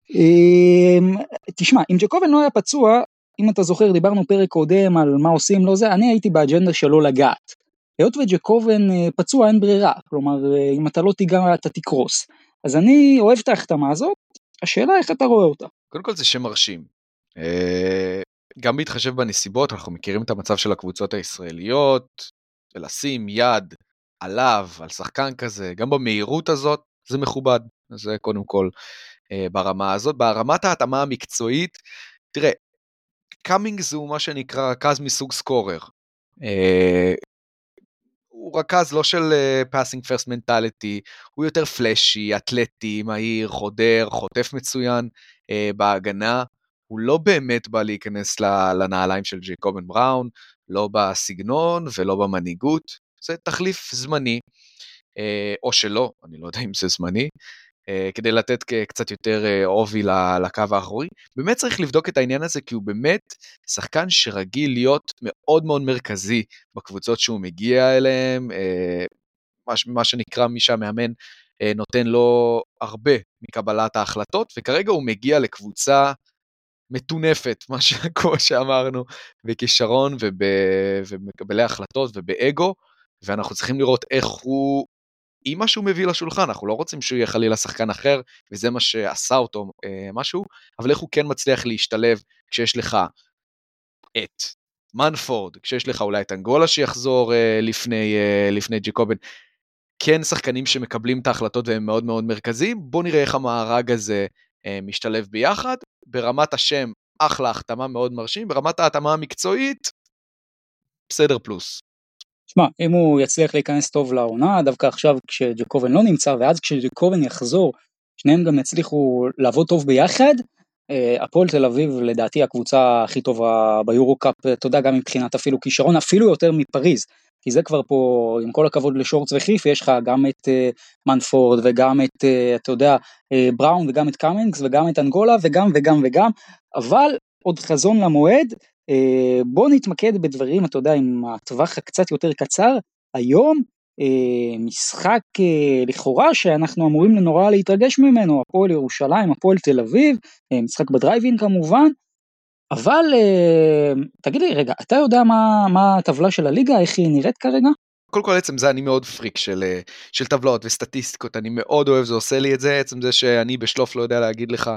תשמע, אם ג'קובן לא היה פצוע, אם אתה זוכר, דיברנו פרק קודם על מה עושים לו זה, אני הייתי באג'נדה שלא לגעת. היות וג'קובן פצוע אין ברירה, כלומר, אם אתה לא תיגע אתה תקרוס. אז אני אוהב את ההחתמה הזאת, השאלה איך אתה רואה אותה. קודם כל זה שם מרשים. גם בהתחשב בנסיבות, אנחנו מכירים את המצב של הקבוצות הישראליות, ולשים יד עליו, על שחקן כזה, גם במהירות הזאת, זה מכובד. זה קודם כל ברמה הזאת. ברמת ההתאמה המקצועית, תראה, קאמינגס הוא מה שנקרא רכז מסוג סקורר. הוא רכז לא של passing first mentality, הוא יותר פלשי, אתלטי, מהיר, חודר, חוטף מצוין בהגנה, הוא לא באמת בא להיכנס לנעליים של ג'ייקובן בראון, לא בסגנון ולא במנהיגות, זה תחליף זמני, או שלא, אני לא יודע אם זה זמני, כדי לתת קצת יותר עובי לקו האחורי. באמת צריך לבדוק את העניין הזה, כי הוא באמת שחקן שרגיל להיות מאוד מאוד מרכזי בקבוצות שהוא מגיע אליהם, מה שנקרא מי שהמאמן נותן לו הרבה מקבלת ההחלטות, וכרגע הוא מגיע לקבוצה מטונפת, כמו שאמרנו, בכישרון ובמקבלי החלטות ובאגו, ואנחנו צריכים לראות איך הוא עם מה שהוא מביא לשולחן, אנחנו לא רוצים שהוא יהיה חלילה שחקן אחר, וזה מה שעשה אותו משהו, אבל איך הוא כן מצליח להשתלב כשיש לך את מנפורד, כשיש לך אולי את אנגולה שיחזור לפני ג'יקובן, כן שחקנים שמקבלים את ההחלטות והם מאוד מאוד מרכזיים, בוא נראה איך המארג הזה משתלב ביחד, ברמת השם אחלה החתמה מאוד מרשים, ברמת ההתאמה המקצועית, בסדר פלוס. שמע, אם הוא יצליח להיכנס טוב לעונה, דווקא עכשיו כשג'קובן לא נמצא, ואז כשג'קובן יחזור, שניהם גם יצליחו לעבוד טוב ביחד, הפועל תל אביב לדעתי הקבוצה הכי טובה ביורו-קאפ, אתה יודע, גם מבחינת אפילו כישרון, אפילו יותר מפריז, כי זה כבר פה, עם כל הכבוד לשורץ וחיף, יש לך גם את מנפורד, וגם את, אתה יודע, בראון, וגם את קאמינגס, וגם את אנגולה, וגם, אבל עוד חזון למועד, בוא נתמקד בדברים, אתה יודע, עם הטווח הקצת יותר קצר, היום משחק לכאורה שאנחנו אמורים לנורא להתרגש ממנו, הפועל ירושלים, הפועל תל אביב, משחק בדרייבין כמובן, אבל תגיד לי רגע, אתה יודע מה הטבלה של הליגה, איך היא נראית כרגע? קודם כל עצם זה אני מאוד פריק של טבלאות וסטטיסטיקות, אני מאוד אוהב, זה עושה לי את זה, עצם זה שאני בשלוף לא יודע להגיד לך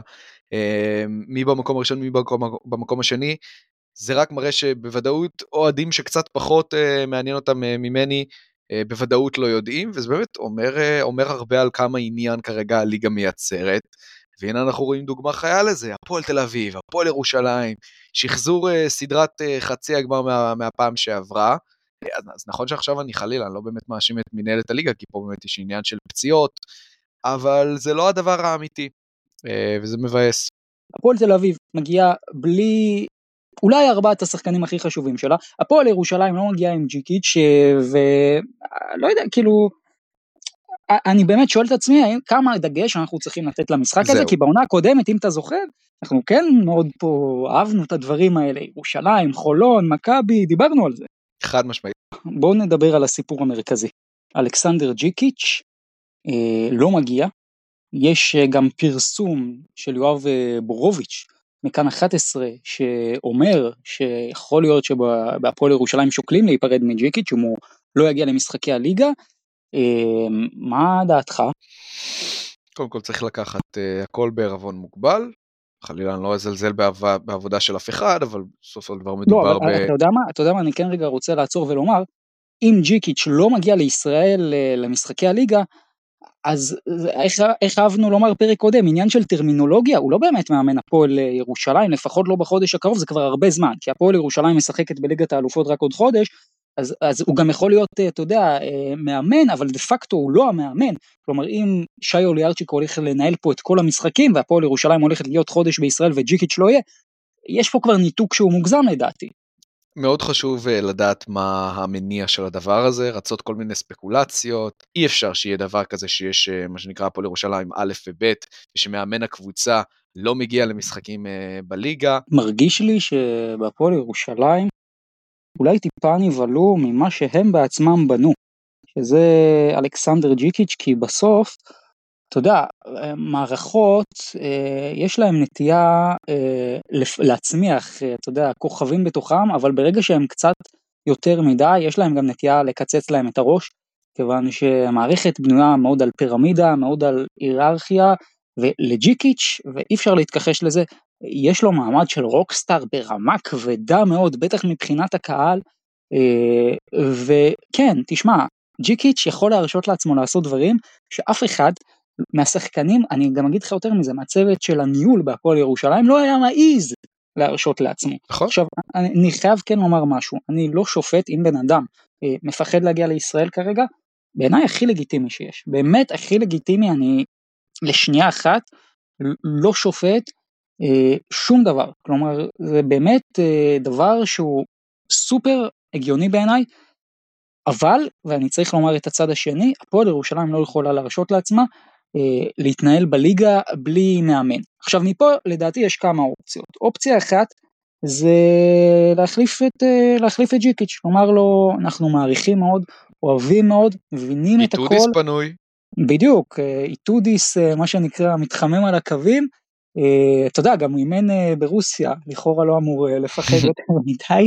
מי במקום הראשון, מי במקום השני, זה רק מראה שבוודאות אוהדים שקצת פחות מעניין אותם ממני, בוודאות לא יודעים, וזה באמת אומר הרבה על כמה עניין כרגע הליגה מייצרת, והנה אנחנו רואים דוגמה חיה לזה, הפועל תל אביב, הפועל ירושלים, שחזור סדרת חצי הגמר מהפעם שעברה, אז נכון שעכשיו אני חלילה, אני לא באמת מאשים את מנהלת הליגה, כי פה באמת יש עניין של פציעות, אבל זה לא הדבר האמיתי, וזה מבאס. הפועל תל אביב מגיעה בלי, אולי 4 השחקנים הכי חשובים שלה, הפועל ירושלים לא מגיעה עם ג'יקיץ' ולא יודע, כאילו, אני באמת שואל את עצמי, כמה דגש אנחנו צריכים לתת למשחק הזה, כי בעונה הקודמת, אם אתה זוכר, אנחנו כן מאוד פה אהבנו את הדברים האלה, ירושלים, חולון, מכבי, דיברנו על זה. חד משמעית. בואו נדבר על הסיפור המרכזי. אלכסנדר ג'יקיץ' לא מגיע, יש גם פרסום של יואב בורוביץ' מכאן 11 שאומר שיכול להיות שבהפועל ירושלים שוקלים להיפרד מג'יקיץ' אם הוא לא יגיע למשחקי הליגה. מה דעתך? קודם כל צריך לקחת הכל בערבון מוגבל, חלילה אני לא אזלזל בעבודה של אף אחד, אבל בסוף הדבר מדובר אתה יודע מה, אני כן רגע רוצה לעצור ולומר, אם ג'יקיץ' לא מגיע לישראל למשחקי הליגה, אז איך אהבנו לומר פרק קודם, עניין של טרמינולוגיה, הוא לא באמת מאמן הפועל ירושלים, לפחות לא בחודש הקרוב, זה כבר הרבה זמן, כי הפועל ירושלים משחקת בליגת האלופות רק עוד חודש, אז הוא גם יכול להיות, אתה יודע, מאמן, אבל דה פקטו הוא לא המאמן, כלומר אם שי אוליארצ'יק הולך לנהל פה את כל המשחקים, והפועל ירושלים הולכת להיות חודש בישראל וג'יקיץ' לא יהיה, יש פה כבר ניתוק שהוא מוגזם לדעתי. מאוד חשוב לדעת מה המניע של הדבר הזה, רצות כל מיני ספקולציות, אי אפשר שיהיה דבר כזה שיש מה שנקרא הפועל ירושלים א' וב' ושמאמן הקבוצה לא מגיע למשחקים בליגה. מרגיש לי שבהפועל ירושלים אולי טיפה נבלו ממה שהם בעצמם בנו, שזה אלכסנדר ג'יקיץ', כי בסוף, אתה יודע, מערכות, יש להם נטייה להצמיח, אתה יודע, כוכבים בתוכם, אבל ברגע שהם קצת יותר מדי, יש להם גם נטייה לקצץ להם את הראש, כיוון שהמערכת בנויה מאוד על פירמידה, מאוד על היררכיה, ולג'יקיץ', ואי אפשר להתכחש לזה, יש לו מעמד של רוקסטאר ברמה כבדה מאוד, בטח מבחינת הקהל, וכן, תשמע, ג'יקיץ' יכול להרשות לעצמו לעשות דברים, שאף אחד מהשחקנים, אני גם אגיד לך יותר מזה, מהצוות של הניהול בהפועל ירושלים, לא היה מעיז להרשות לעצמו. עכשיו, אני חייב כן לומר משהו, אני לא שופט אם בן אדם מפחד להגיע לישראל כרגע, בעיניי הכי לגיטימי שיש, באמת הכי לגיטימי, אני לשנייה אחת לא שופט שום דבר, כלומר זה באמת דבר שהוא סופר הגיוני בעיניי, אבל, ואני צריך לומר את הצד השני, הפועל ירושלים לא יכולה להרשות לעצמה להתנהל בליגה בלי מאמן. עכשיו מפה לדעתי יש כמה אופציות, אופציה אחת זה להחליף את ג'יקיץ', לומר לו אנחנו מעריכים מאוד, אוהבים מאוד, מבינים את הכל. איתודיס פנוי. בדיוק, איתודיס מה שנקרא מתחמם על הקווים, אתה יודע גם הוא אימן ברוסיה, לכאורה לא אמור לפחד יותר מדי,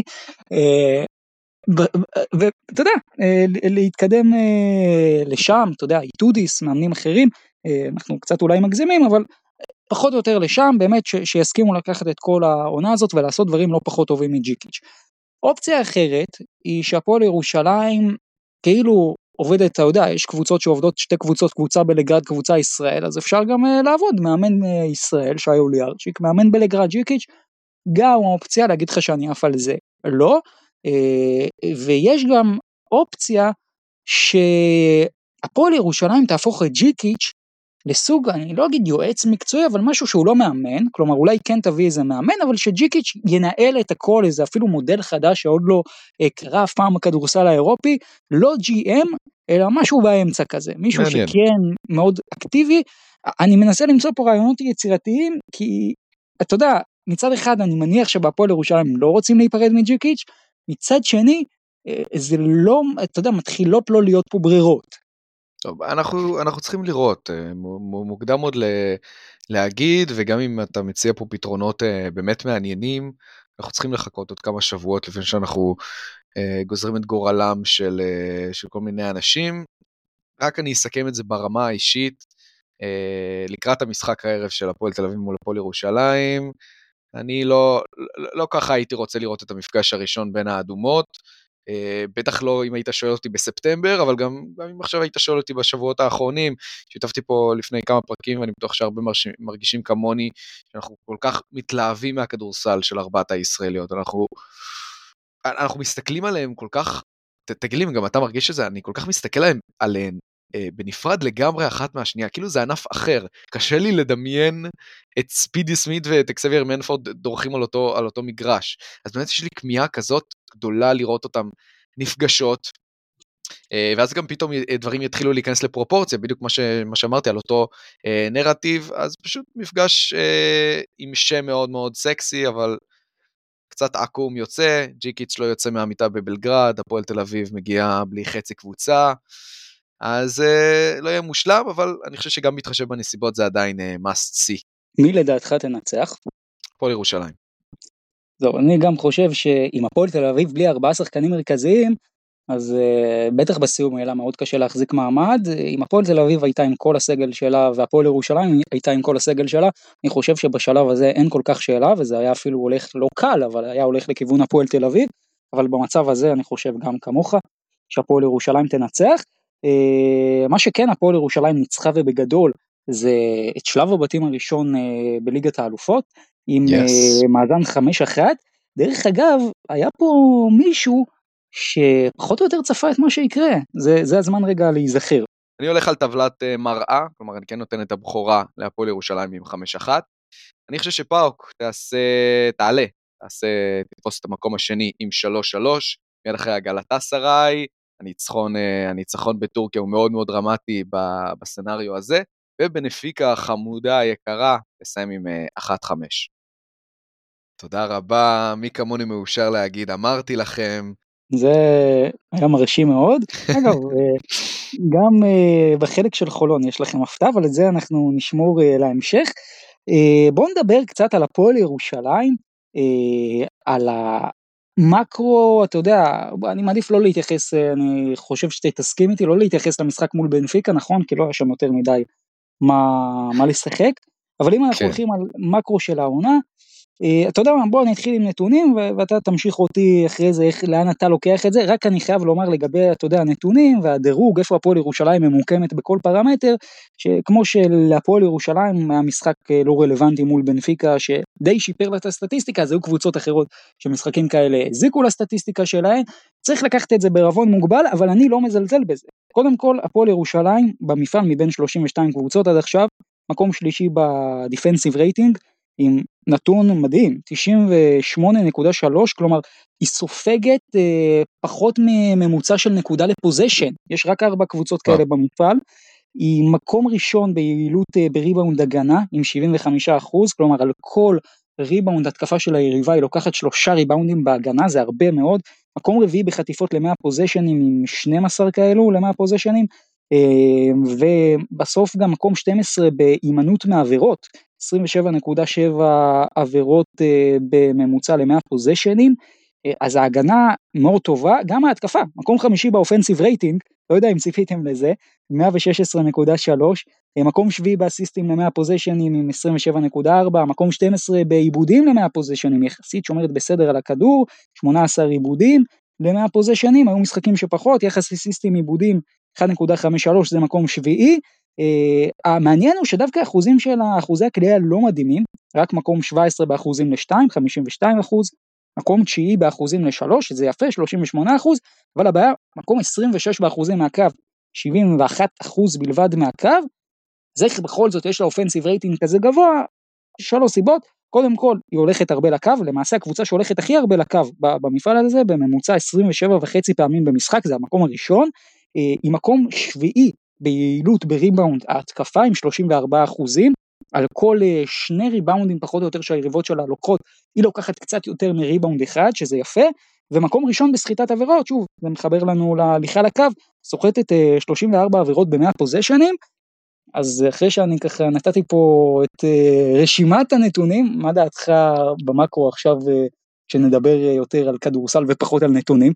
ואתה יודע, להתקדם לשם, אתה יודע, איתודיס, מאמנים אחרים, אנחנו קצת אולי מגזימים, אבל פחות או יותר לשם, באמת שיסכימו לקחת את כל העונה הזאת, ולעשות דברים לא פחות טובים מג'יקיץ'. אופציה אחרת, היא שהפועל ירושלים, כאילו עובדת, אתה יודע, יש קבוצות שעובדות, שתי קבוצות, קבוצה בלגרד, קבוצה ישראל, אז אפשר גם לעבוד, מאמן ישראל, שי אוליארצ'יק, מאמן בלגרד ג'יקיץ', גם האופציה להגיד לך שאני אף על זה, לא, ויש גם אופציה שהפועל ירושלים תהפוך את ג'יקיץ' לסוג, אני לא אגיד יועץ מקצועי, אבל משהו שהוא לא מאמן, כלומר אולי כן תביא איזה מאמן, אבל שג'יקיץ' ינהל את הכל, איזה אפילו מודל חדש שעוד לא קרה אף פעם הכדורסל האירופי, לא GM, אלא משהו באמצע כזה, מישהו שכן מאוד אקטיבי, אני מנסה למצוא פה רעיונות יצירתיים, כי אתה יודע, מצד אחד אני מניח שבהפועל ירושלים לא רוצים להיפרד מג'יקיץ', מצד שני, זה לא, אתה יודע, מתחילות לא להיות פה ברירות. טוב, אנחנו צריכים לראות, מוקדם עוד להגיד, וגם אם אתה מציע פה פתרונות באמת מעניינים, אנחנו צריכים לחכות עוד כמה שבועות לפני שאנחנו גוזרים את גורלם של כל מיני אנשים. רק אני אסכם את זה ברמה האישית, לקראת המשחק הערב של הפועל תל אביב מול הפועל ירושלים, אני לא ככה הייתי רוצה לראות את המפגש הראשון בין האדומות, בטח לא אם היית שואל אותי בספטמבר, אבל גם אם עכשיו היית שואל אותי בשבועות האחרונים, שיתפתי פה לפני כמה פרקים, ואני בטוח שהרבה מרגישים כמוני, שאנחנו כל כך מתלהבים מהכדורסל של ארבעת הישראליות, אנחנו מסתכלים עליהם כל כך, תגיד לי אם גם אתה מרגיש שזה, אני כל כך מסתכל עליהם בנפרד לגמרי אחת מהשנייה, כאילו זה ענף אחר, קשה לי לדמיין את ספידי סמית ואת אקסבייר מנפורד דורכים על אותו מגרש, אז באמת יש לי כמיהה כזאת גדולה לראות אותם נפגשות, ואז גם פתאום דברים יתחילו להיכנס לפרופורציה, בדיוק מה שאמרתי על אותו נרטיב, אז פשוט מפגש עם שם מאוד מאוד סקסי, אבל קצת עקום יוצא, ג'יקיץ' לא יוצא מהמיטה בבלגרד, הפועל תל אביב מגיעה בלי חצי קבוצה, אז לא יהיה מושלם, אבל אני חושב שגם מתחשב בנסיבות זה עדיין must see. מי לדעתך תנצח? הפועל ירושלים. זהו, אני גם חושב שאם הפועל תל אביב בלי 4 שחקנים מרכזיים, אז בטח בסיום היה מאוד קשה להחזיק מעמד. אם הפועל תל אביב הייתה עם כל הסגל שלה, והפועל ירושלים הייתה עם כל הסגל שלה, אני חושב שבשלב הזה אין כל כך שאלה, וזה היה אפילו הולך לא קל, אבל היה הולך לכיוון הפועל תל אביב, אבל במצב הזה אני חושב גם כמוך, שהפועל ירושלים תנצח. מה שכן, הפועל ירושלים ניצחה ובגדול, זה את שלב הבתים הראשון בליגת האלופות, עם מאזן 5-1, דרך אגב, היה פה מישהו שפחות או יותר צפה את מה שיקרה, זה הזמן רגע להיזכר. אני הולך על טבלת מראה, כלומר אני כן נותן את הבכורה להפועל ירושלים עם 5-1, אני חושב שפאוק תתפוס את המקום השני עם 3-3, מיד אחרי הגלאטסראי, הניצחון בטורקיה הוא מאוד מאוד דרמטי בסצנריו הזה, ובנפיקה החמודה היקרה, לסיים עם 1-5. תודה רבה, מי כמוני מאושר להגיד, אמרתי לכם. זה היה מרשים מאוד. אגב, גם בחלק של חולון יש לכם הפתעה, אבל את זה אנחנו נשמור להמשך. בואו נדבר קצת על הפועל ירושלים, על המקרו, אתה יודע, אני מעדיף לא להתייחס, אני חושב שתסכים איתי, לא להתייחס למשחק מול בנפיקה, נכון? כי לא היה שם יותר מדי מה לשחק, אבל אם אנחנו הולכים על מקרו של העונה, אתה יודע מה, בוא נתחיל עם נתונים, ואתה תמשיך אותי אחרי זה, לאן אתה לוקח את זה, רק אני חייב לומר לגבי, אתה יודע, הנתונים והדירוג, איפה הפועל ירושלים ממוקמת בכל פרמטר, שכמו שלהפועל ירושלים המשחק לא רלוונטי מול בנפיקה, שדי שיפר לה את הסטטיסטיקה, אז היו קבוצות אחרות שמשחקים כאלה הזיקו לסטטיסטיקה שלהם, צריך לקחת את זה בערבון מוגבל, אבל אני לא מזלזל בזה. קודם כל, הפועל ירושלים במפעל מבין 32 קבוצות עד עכשיו, מקום שלישי בדיפנסיב רייטינג, עם נתון מדהים, 98.3, כלומר, היא סופגת פחות מממוצע של נקודה לפוזיישן, יש רק 4 קבוצות כאלה במפעל, היא מקום ראשון ביעילות בריבאונד הגנה, עם 75%, כלומר, על כל ריבאונד התקפה של היריבה, היא לוקחת 3 ריבאונדים בהגנה, זה הרבה מאוד, מקום רביעי בחטיפות ל-100 פוזיישנים, עם 12 כאלו ל-100 פוזיישנים, ובסוף גם מקום 12 באימנות מעבירות, 27.7 עבירות בממוצע ל-100 פוזיישנים, אז ההגנה מאוד טובה, גם ההתקפה, מקום 5 באופנסיב רייטינג, לא יודע אם ציפיתם לזה, 116.3, מקום 7 באסיסטים ל-100 פוזיישנים עם 27.4, מקום 12 בעיבודים ל-100 פוזיישנים, יחסית שומרת בסדר על הכדור, 18 עיבודים ל-100 פוזיישנים, היו משחקים שפחות, יחס אסיסטים עיבודים 1.53, זה מקום 7, המעניין הוא שדווקא האחוזים של אחוזי הקליעה לא מדהימים, רק מקום 17 באחוזים ל-2, 52%, מקום 9 באחוזים ל-3, שזה יפה, 38%, אבל הבעיה, מקום 26 באחוזים מהקו, 71% בלבד מהקו, זה בכל זאת יש לה אופנסיב רייטינג כזה גבוה, 3 סיבות, קודם כל היא הולכת הרבה לקו, למעשה הקבוצה שהולכת הכי הרבה לקו במפעל הזה, בממוצע 27.5 פעמים במשחק, זה המקום הראשון, היא מקום 7 ביעילות בריבאונד ההתקפה עם 34%, על כל 2 ריבאונדים פחות או יותר שהיריבות שלה לוקחות, היא לוקחת קצת יותר מריבאונד אחד, שזה יפה, ומקום ראשון בסחיטת עבירות, שוב, זה מחבר לנו להליכה לקו, סוחטת 34 עבירות ב100 פוזיישנים, אז אחרי שאני ככה נתתי פה את רשימת הנתונים, מה דעתך במקרו עכשיו, כשנדבר יותר על כדורסל ופחות על נתונים?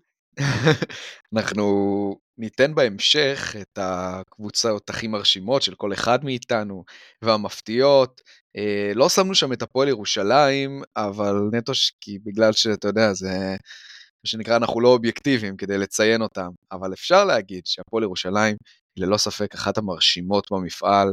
אנחנו ניתן בהמשך את הקבוצות הכי מרשימות של כל אחד מאיתנו, והמפתיעות. לא שמנו שם את הפועל ירושלים, אבל נטו כי בגלל שאתה יודע, זה מה שנקרא, אנחנו לא אובייקטיביים כדי לציין אותם, אבל אפשר להגיד שהפועל ירושלים היא ללא ספק אחת המרשימות במפעל,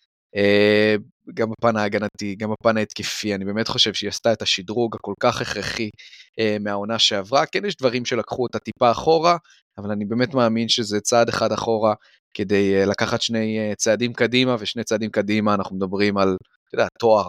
גם בפן ההגנתי, גם בפן ההתקפי. אני באמת חושב שהיא עשתה את השדרוג הכל כך הכרחי מהעונה שעברה. כן, יש דברים שלקחו אותה טיפה אחורה, אבל אני באמת מאמין שזה צעד אחד אחורה, כדי לקחת 2 צעדים קדימה, ו2 צעדים קדימה אנחנו מדברים על, אתה יודע, תואר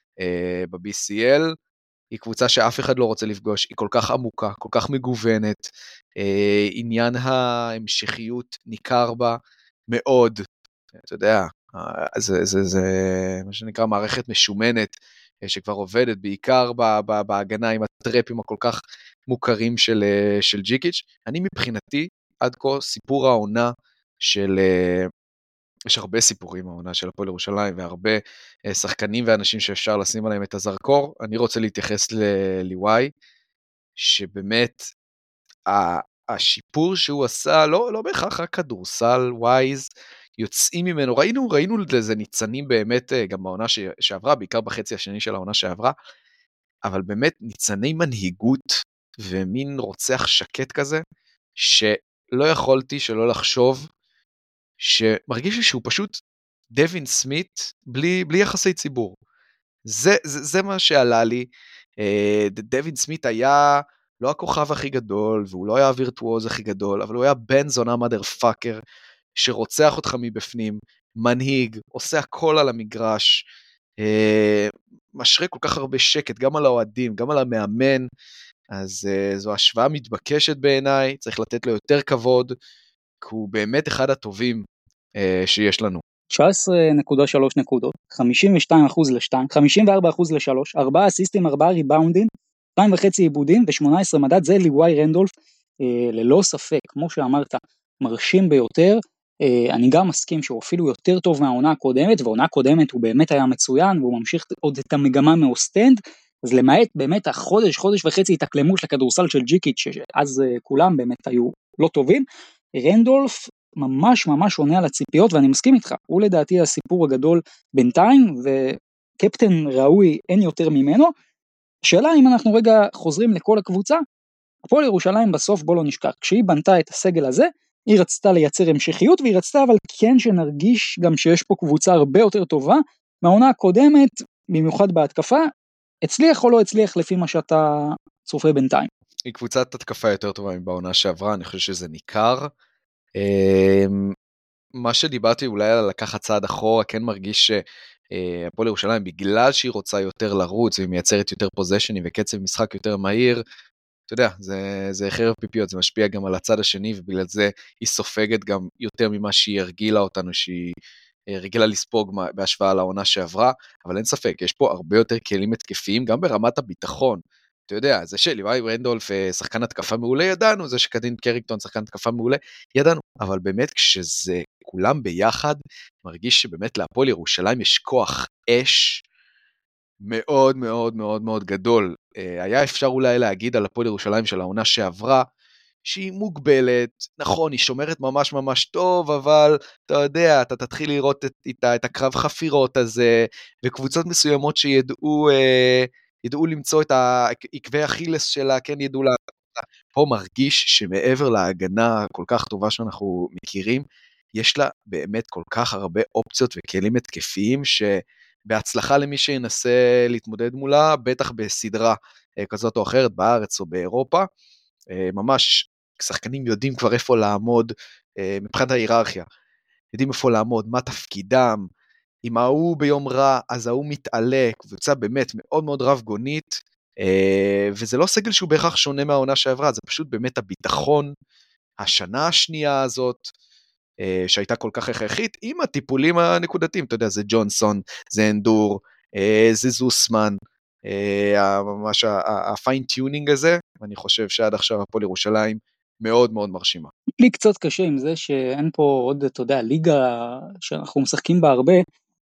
ב-BCL. היא קבוצה שאף אחד לא רוצה לפגוש, היא כל כך עמוקה, כל כך מגוונת, עניין ההמשכיות ניכר בה מאוד, אתה יודע, זה מה שנקרא מערכת משומנת, שכבר עובדת בעיקר בהגנה עם הטרפים הכל כך מוכרים של ג'יקיץ'. אני מבחינתי, עד כה סיפור העונה של, יש הרבה סיפורים העונה של הפועל ירושלים, והרבה שחקנים ואנשים שאפשר לשים עליהם את הזרקור. אני רוצה להתייחס לליוואי, שבאמת השיפור שהוא עשה, לא בהכרח רק כדורסל ווייז, יוצאים ממנו, ראינו לזה ניצנים באמת גם בעונה שעברה, בעיקר בחצי השני של העונה שעברה, אבל באמת ניצני מנהיגות, ומין רוצח שקט כזה, שלא יכולתי שלא לחשוב, שמרגיש לי שהוא פשוט דווין סמית, בלי יחסי ציבור. זה מה שעלה לי. דווין סמית היה לא הכוכב הכי גדול, והוא לא היה הווירטואוז הכי גדול, אבל הוא היה בן זונה מאדר פאקר, שרוצח אותך מבפנים, מנהיג, עושה הכל על המגרש, משרה כל כך הרבה שקט, גם על האוהדים, גם על המאמן. אז זו השוואה מתבקשת בעיניי, צריך לתת לו יותר כבוד, כי הוא באמת אחד הטובים שיש לנו. 19.3 נקודות, 52% ל-2, 54% ל-3, 4 אסיסטים, 4 ריבאונדים, 2.5 עיבודים ו-18 מדד, זה ליוואי רנדולף, ללא ספק, כמו שאמרת, מרשים ביותר. אני גם מסכים שהוא אפילו יותר טוב מהעונה הקודמת, והעונה הקודמת הוא באמת היה מצוין, והוא ממשיך עוד את המגמה מאוסטנד, אז למעט באמת חודש וחצי התאקלמות לכדורסל של ג'יקיץ', שאז כולם באמת היו לא טובים. רנדולף ממש עונה על הציפיות, ואני מסכים איתך, הוא לדעתי הסיפור הגדול בינתיים, וקפטן ראוי אין יותר ממנו. השאלה אם אנחנו רגע חוזרים לכל הקבוצה, הפועל ירושלים בסוף, בוא לא נשכח, כשהיא בנתה את הסגל הזה, היא רצתה לייצר המשכיות, והיא רצתה אבל כן שנרגיש גם שיש פה קבוצה הרבה יותר טובה, מהעונה הקודמת, במיוחד בהתקפה, הצליח או לא הצליח לפי מה שאתה צופה בינתיים. היא קבוצת התקפה יותר טובה מבעונה שעברה, אני חושב שזה ניכר. מה שדיברתי אולי על לקחת צעד אחורה, כן מרגיש שהפועל ירושלים, בגלל שהיא רוצה יותר לרוץ, והיא מייצרת יותר פוזיישנים וקצב משחק יותר מהיר, אתה יודע, זה חרב פיפיות, זה משפיע גם על הצד השני, ובגלל זה היא סופגת גם יותר ממה שהיא הרגילה אותנו, שהיא רגילה לספוג בהשוואה לעונה שעברה, אבל אין ספק, יש פה הרבה יותר כלים התקפיים, גם ברמת הביטחון. אתה יודע, זה שליוואי רנדולף שחקן התקפה מעולה ידענו, זה שקדין קרינגטון שחקן התקפה מעולה ידענו, אבל באמת כשזה כולם ביחד, מרגיש שבאמת להפועל ירושלים יש כוח אש מאוד מאוד מאוד מאוד גדול. היה אפשר אולי להגיד על הפועל ירושלים של העונה שעברה, שהיא מוגבלת, נכון, היא שומרת ממש ממש טוב, אבל אתה יודע, אתה תתחיל לראות את הקרב חפירות הזה, וקבוצות מסוימות ידעו למצוא את עקבי אכילס שלה, כן ידעו לה, פה מרגיש שמעבר להגנה כל כך טובה שאנחנו מכירים, יש לה באמת כל כך הרבה אופציות וכלים התקפיים, שבהצלחה למי שינסה להתמודד מולה, בטח בסדרה כזאת או אחרת, בארץ או באירופה, ממש שחקנים יודעים כבר איפה לעמוד, מבחינת ההיררכיה, יודעים איפה לעמוד, מה תפקידם, אם ההוא ביום רע, אז ההוא מתעלה, קבוצה באמת מאוד מאוד רב גונית, וזה לא סגל שהוא בהכרח שונה מהעונה שעברה, זה פשוט באמת הביטחון, השנה השנייה הזאת, שהייתה כל כך הכרחית, עם הטיפולים הנקודתיים, אתה יודע, זה ג'ונסון, זה אנדור, זה זוסמן, ממש הפיינטיונינג הזה, ואני חושב שעד עכשיו הפועל ירושלים מאוד מאוד מרשימה. לי קצת קשה עם זה שאין פה עוד, אתה יודע, ליגה שאנחנו משחקים בה הרבה,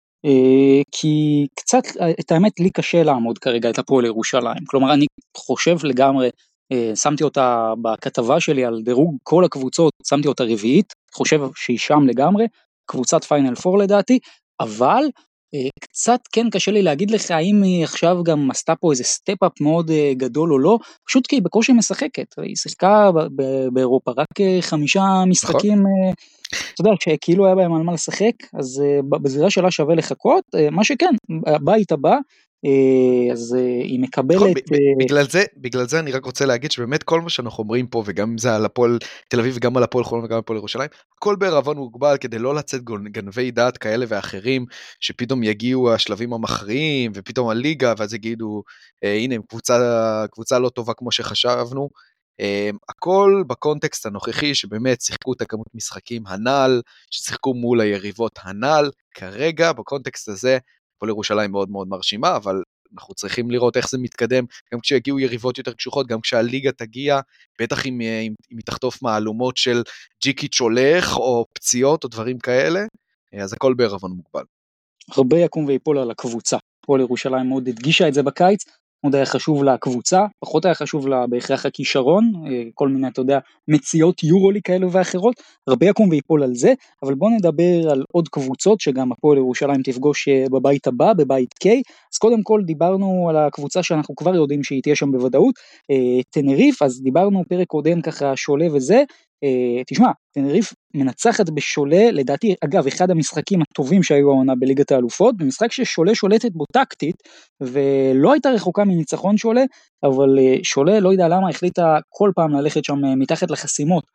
כי קצת, את האמת, לי קשה לעמוד כרגע את הפועל ירושלים, כלומר אני חושב לגמרי, שמתי אותה בכתבה שלי על דירוג כל הקבוצות, שמתי אותה רביעית, חושב שהיא שם לגמרי, קבוצת פיינל פור לדעתי, אבל קצת כן קשה לי להגיד לך האם היא עכשיו גם עשתה פה איזה סטפ-אפ מאוד גדול או לא, פשוט כי היא בקושי משחקת, היא שיחקה באירופה רק 5 משחקים, אתה יודע, שכאילו היה בהם על מה לשחק, אז בזירה שלה שווה לחכות, מה שכן, הבית הבא, אז היא מקבלת... בגלל זה אני רק רוצה להגיד שבאמת כל מה שאנחנו אומרים פה, וגם אם זה על הפועל תל אביב, וגם על הפועל חולון וגם על הפועל ירושלים, הכל בערבון מוגבל כדי לא לצאת גנבי דעת כאלה ואחרים, שפתאום יגיעו השלבים המכריעים, ופתאום הליגה, ואז יגידו, הנה, קבוצה לא טובה כמו שחשבנו, הכל בקונטקסט הנוכחי, שבאמת שיחקו את הכמות משחקים הנ"ל, ששיחקו מול היריבות הנ"ל, כרגע בקונטקסט הזה, הפועל ירושלים מאוד מאוד מרשימה, אבל אנחנו צריכים לראות איך זה מתקדם, גם כשיגיעו יריבות יותר קשוחות, גם כשהליגה תגיע, בטח אם היא תחטוף מהלומות של ג'יקיץ' הולך, או פציעות, או דברים כאלה, אז הכל בערבון מוגבל. הרבה יקום ויפול על הקבוצה, הפועל ירושלים מאוד הדגישה את זה בקיץ, מאוד היה חשוב לה הקבוצה, פחות היה חשוב לה בהכרח הכישרון, כל מיני, אתה יודע, מציאות יורולי כאלו ואחרות, הרבה יקום ויפול על זה, אבל בואו נדבר על עוד קבוצות, שגם הפועל ירושלים תפגוש בבית הבא, בבית K, אז קודם כל דיברנו על הקבוצה שאנחנו כבר יודעים שהיא תהיה שם בוודאות, תנריף, אז דיברנו פרק קודם ככה שולה וזה, תשמע, תנריף מנצחת בשולה, לדעתי, אגב, אחד המשחקים הטובים שהיו העונה בליגת האלופות, במשחק ששולה שולטת בו טקטית, ולא הייתה רחוקה מניצחון שולה, אבל שולה, לא יודע למה, החליטה כל פעם ללכת שם מתחת לחסימות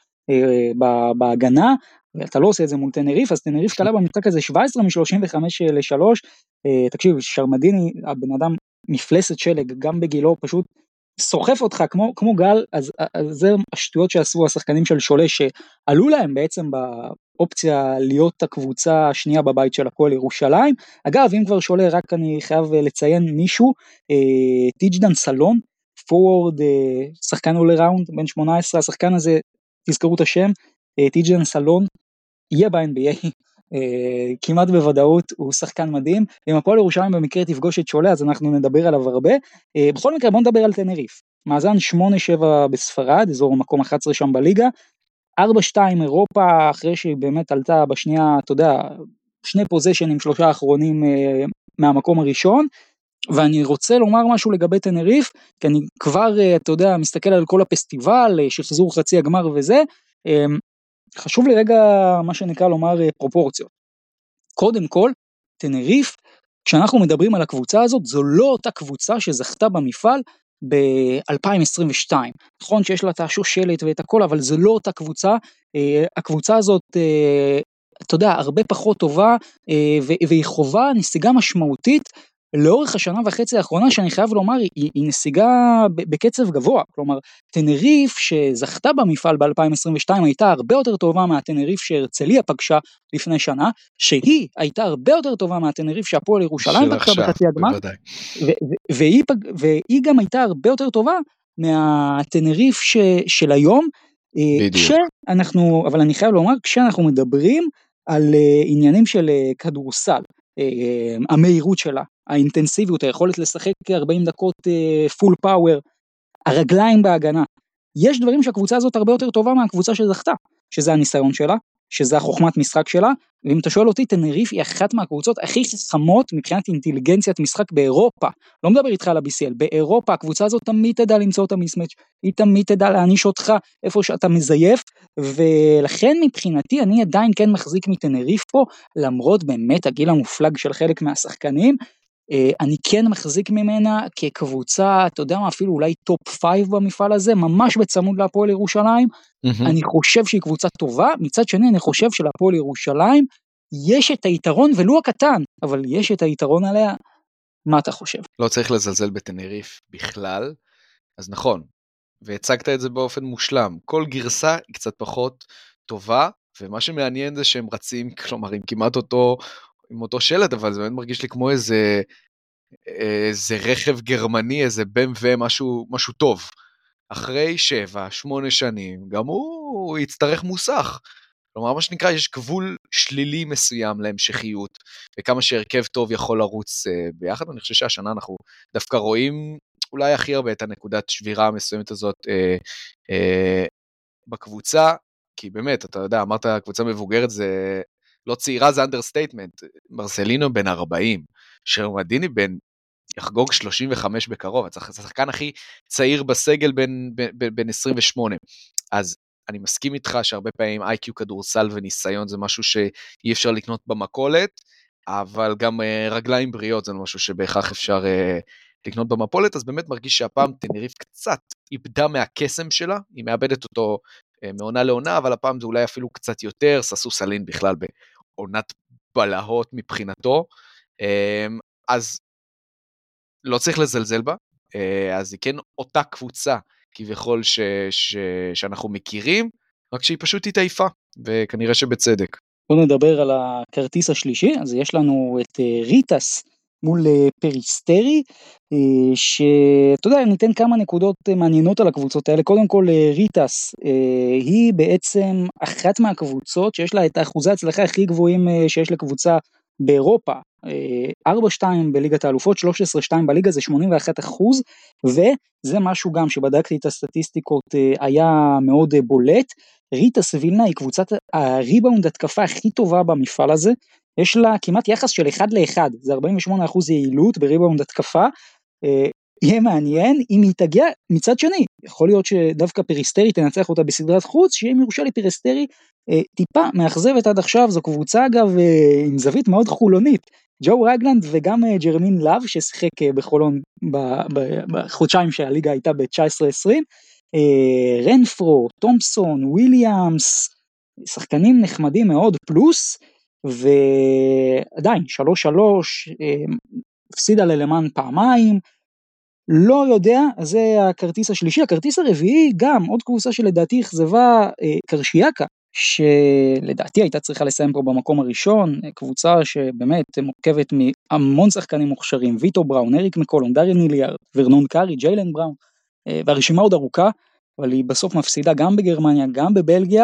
בהגנה, ואתה לא עושה את זה מול תנריף, אז תנריף קלה במשחק הזה 17 מ-35 ל-3, תקשיב, שרמדיני, הבן אדם מפלסת שלג, גם בגילו פשוט, סוחף אותך כמו גל, אז זה השטויות שעשו השחקנים של שולה, שעלו להם בעצם באופציה להיות הקבוצה השנייה בבית של הפועל ירושלים. אגב, אם כבר שולה, רק אני חייב לציין מישהו, טיג'דן סלון, פורוורד, שחקן all around, בן 18, השחקן הזה, תזכרו את השם, טיג'דן סלון, יהיה ב-NBA, כמעט בוודאות, הוא שחקן מדהים, אם הפועל ירושלים במקרה תפגוש את שולה, אז אנחנו נדבר עליו הרבה, בכל מקרה בוא נדבר על תנריף, מאזן 8-7 בספרד, אזור מקום 11 שם בליגה, 4-2 אירופה, אחרי שהיא באמת עלתה בשנייה, אתה יודע, 2 פוזיישנים, 3 האחרונים מהמקום הראשון, ואני רוצה לומר משהו לגבי תנריף, כי אני כבר, אתה יודע, מסתכל על כל הפסטיבל, שחזור חצי הגמר וזה, חשוב לי רגע מה שנקרא לומר פרופורציות. קודם כל, תנריף, כשאנחנו מדברים על הקבוצה הזאת, זו לא אותה קבוצה שזכתה במפעל ב-2022. נכון שיש לה את השושלת ואת הכל, אבל זו לא אותה קבוצה. הקבוצה הזאת, אתה יודע, הרבה פחות טובה, והיא חובה נסיגה משמעותית, לאורך השנה וחצי האחרונה, שאני חייב לומר, היא נסיגה בקצב גבוה, כלומר, תנריף שזכתה במפעל ב-2022, הייתה הרבה יותר טובה מהתנריף שהרצליה פגשה לפני שנה, שהיא הייתה הרבה יותר טובה מהתנריף שהפועל ירושלים פגשה בחצי הגמר, והיא גם הייתה הרבה יותר טובה מהתנריף של היום, אבל אני חייב לומר, כשאנחנו מדברים על עניינים של כדורסל, המהירות שלה, האינטנסיביות, היכולת לשחק 40 דקות פול פאוור, הרגליים בהגנה, יש דברים שהקבוצה הזאת הרבה יותר טובה מהקבוצה שזכתה, שזה הניסיון שלה, שזה החוכמת משחק שלה, ואם אתה שואל אותי, תנריף היא אחת מהקבוצות הכי חכמות מבחינת אינטליגנציית משחק באירופה, לא מדבר איתך על ה-BCL, באירופה הקבוצה הזאת תמיד תדע למצוא את המיסמץ', היא תמיד תדע להעניש אותך איפה שאתה מזייף, ולכן מבחינתי אני עדיין כן מחזיק מתנריף פה, למרות באמת הגיל המופלג של חלק מהשחקנים, אני כן מחזיק ממנה כקבוצה, אתה יודע מה, אפילו אולי טופ 5 במפעל הזה, ממש בצמוד להפועל ירושלים, אני חושב שהיא קבוצה טובה, מצד שני אני חושב שלהפועל ירושלים, יש את היתרון, ולו הקטן, אבל יש את היתרון עליה, מה אתה חושב? לא צריך לזלזל בתנריף בכלל, אז נכון, והצגת את זה באופן מושלם, כל גרסה היא קצת פחות טובה, ומה שמעניין זה שהם רצים, כלומר, עם אותו שלט, אבל זה באמת מרגיש לי כמו איזה רכב גרמני, איזה BMW, משהו טוב. אחרי 7-8 שנים, גם הוא יצטרך מוסך. כלומר, מה שנקרא, יש גבול שלילי מסוים להמשכיות, וכמה שהרכב טוב יכול לרוץ ביחד, ואני חושב שהשנה אנחנו דווקא רואים אולי הכי הרבה את הנקודת שבירה המסוימת הזאת בקבוצה, כי באמת, אתה יודע, אמרת, קבוצה מבוגרת זה לא צעירה, זה אנדרסטייטמנט. מרסלינו בן 40, שרמדיני יחגוג 35 בקרוב, השחקן הכי צעיר בסגל בין 28. אז אני מסכים איתך שהרבה פעמים איי-קיו כדורסל וניסיון זה משהו שאי אפשר לקנות במקולת, אבל גם רגליים בריאות זה משהו שבהכרח אפשר לקנות במפולת, אז באמת מרגיש שהפעם תנריף קצת איבדה מהקסם שלה, היא מאבדת אותו מעונה לעונה, אבל הפעם זה אולי אפילו קצת יותר, ססו סלין בכלל בעונת בלהות מבחינתו, אז לא צריך לזלזל בה, אז היא כן אותה קבוצה כביכול שאנחנו מכירים, רק שהיא פשוט התעייפה, וכנראה שבצדק. בואו נדבר על הכרטיס השלישי, אז יש לנו את ריטס מול פריסטרי, שאתה יודע, ניתן כמה נקודות מעניינות על הקבוצות האלה. קודם כל ריטס, היא בעצם אחת מהקבוצות שיש לה את האחוזי ההצלחה הכי גבוהים שיש לקבוצה באירופה, 4-2 בליגת האלופות, 13-2 בליגה, זה 81%, וזה משהו גם שבדקתי את הסטטיסטיקות היה מאוד בולט. ריטס וילנה היא קבוצת הריבאונד התקפה הכי טובה במפעל הזה, יש לה כמעט יחס של 1-1, זה 48% יעילות בריבאונד התקפה, יהיה מעניין אם היא תגיע מצד שני, יכול להיות שדווקא פריסטרי תנצח אותה בסדרת חוץ, שאם יורשה לי פריסטרי טיפה מאכזבת עד עכשיו, זו קבוצה אגב עם זווית מאוד חולונית, ג'ו רגלנד וגם ג'רמין לב ששיחק בחולון בחודשיים שהליגה הייתה ב-19-20, רנפרו, תומפסון, וויליאמס, שחקנים נחמדים מאוד פלוס, ועדיין 3-3, הפסידה ללמן פעמיים, לא יודע, זה הכרטיס השלישי. הכרטיס הרביעי גם, עוד קבוצה שלדעתי אכזבה, קרשיאקה, שלדעתי הייתה צריכה לסיים פה במקום הראשון, קבוצה שבאמת מורכבת מהמון שחקנים מוכשרים, ויטו בראון, אריק מקולום, דריאן מיליארד, ורנון קארי, ג'יילן בראון, והרשימה עוד ארוכה, אבל היא בסוף מפסידה גם בגרמניה, גם בבלגיה,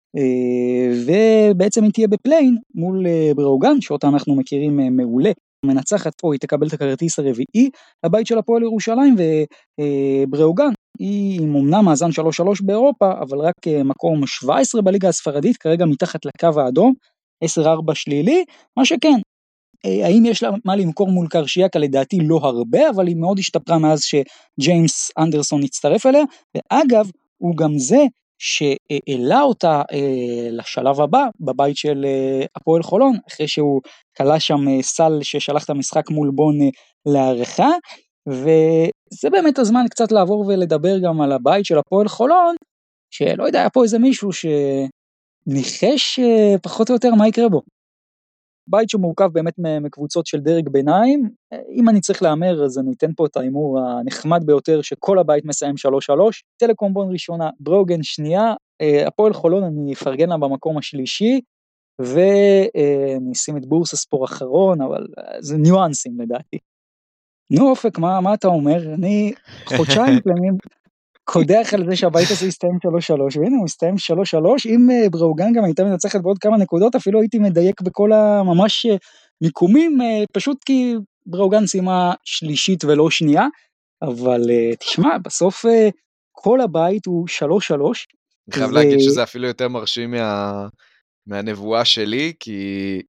ובעצם היא תהיה בפליין מול בראוגן, שאותה אנחנו מכירים מעולה, מנצחת פה, היא תקבל את הכרטיס הרביעי, הבית של הפועל ירושלים, ובראוגן, היא מומנה מאזן 3-3 באירופה, אבל רק מקום 17 בליגה הספרדית, כרגע מתחת לקו האדום, 10-4 שלילי, מה שכן, האם יש לה מה למכור מול קרשיאקה? לדעתי לא הרבה, אבל היא מאוד השתפרה מאז שג'יימס אנדרסון הצטרף אליה, ואגב, הוא גם זה שהעלה אותה לשלב הבא, בבית של הפועל חולון, אחרי שהוא קלה שם סל ששלח את המשחק מול בון לערכה, וזה באמת הזמן קצת לעבור ולדבר גם על הבית של הפועל חולון, שלא יודע, היה פה איזה מישהו שניחש פחות או יותר מה יקרה בו. בית שמורכב באמת מקבוצות של דרג ביניים, אם אני צריך לאמר אז אני אתן פה את האימור הנחמד ביותר שכל הבית מסיים 3-3, טלקום בון ראשונה, בראוגן שנייה, הפועל חולון אני אפרגן לה במקום השלישי, ואני אשים את בורסספור אחרון, אבל זה ניואנסים לדעתי. נו אופק, מה אתה אומר? אני חודשיים שלמים קודח על זה שהבית הזה יסתיים 3-3, והנה הוא יסתיים 3-3, אם בראוגן גם הייתה מנצחת בעוד כמה נקודות, אפילו הייתי מדייק בכל הממש מיקומים, פשוט כי בראוגן סיימה שלישית ולא שנייה, אבל תשמע, בסוף כל הבית הוא 3-3. אני חייב להגיד שזה אפילו יותר מרשים מהנבואה שלי, כי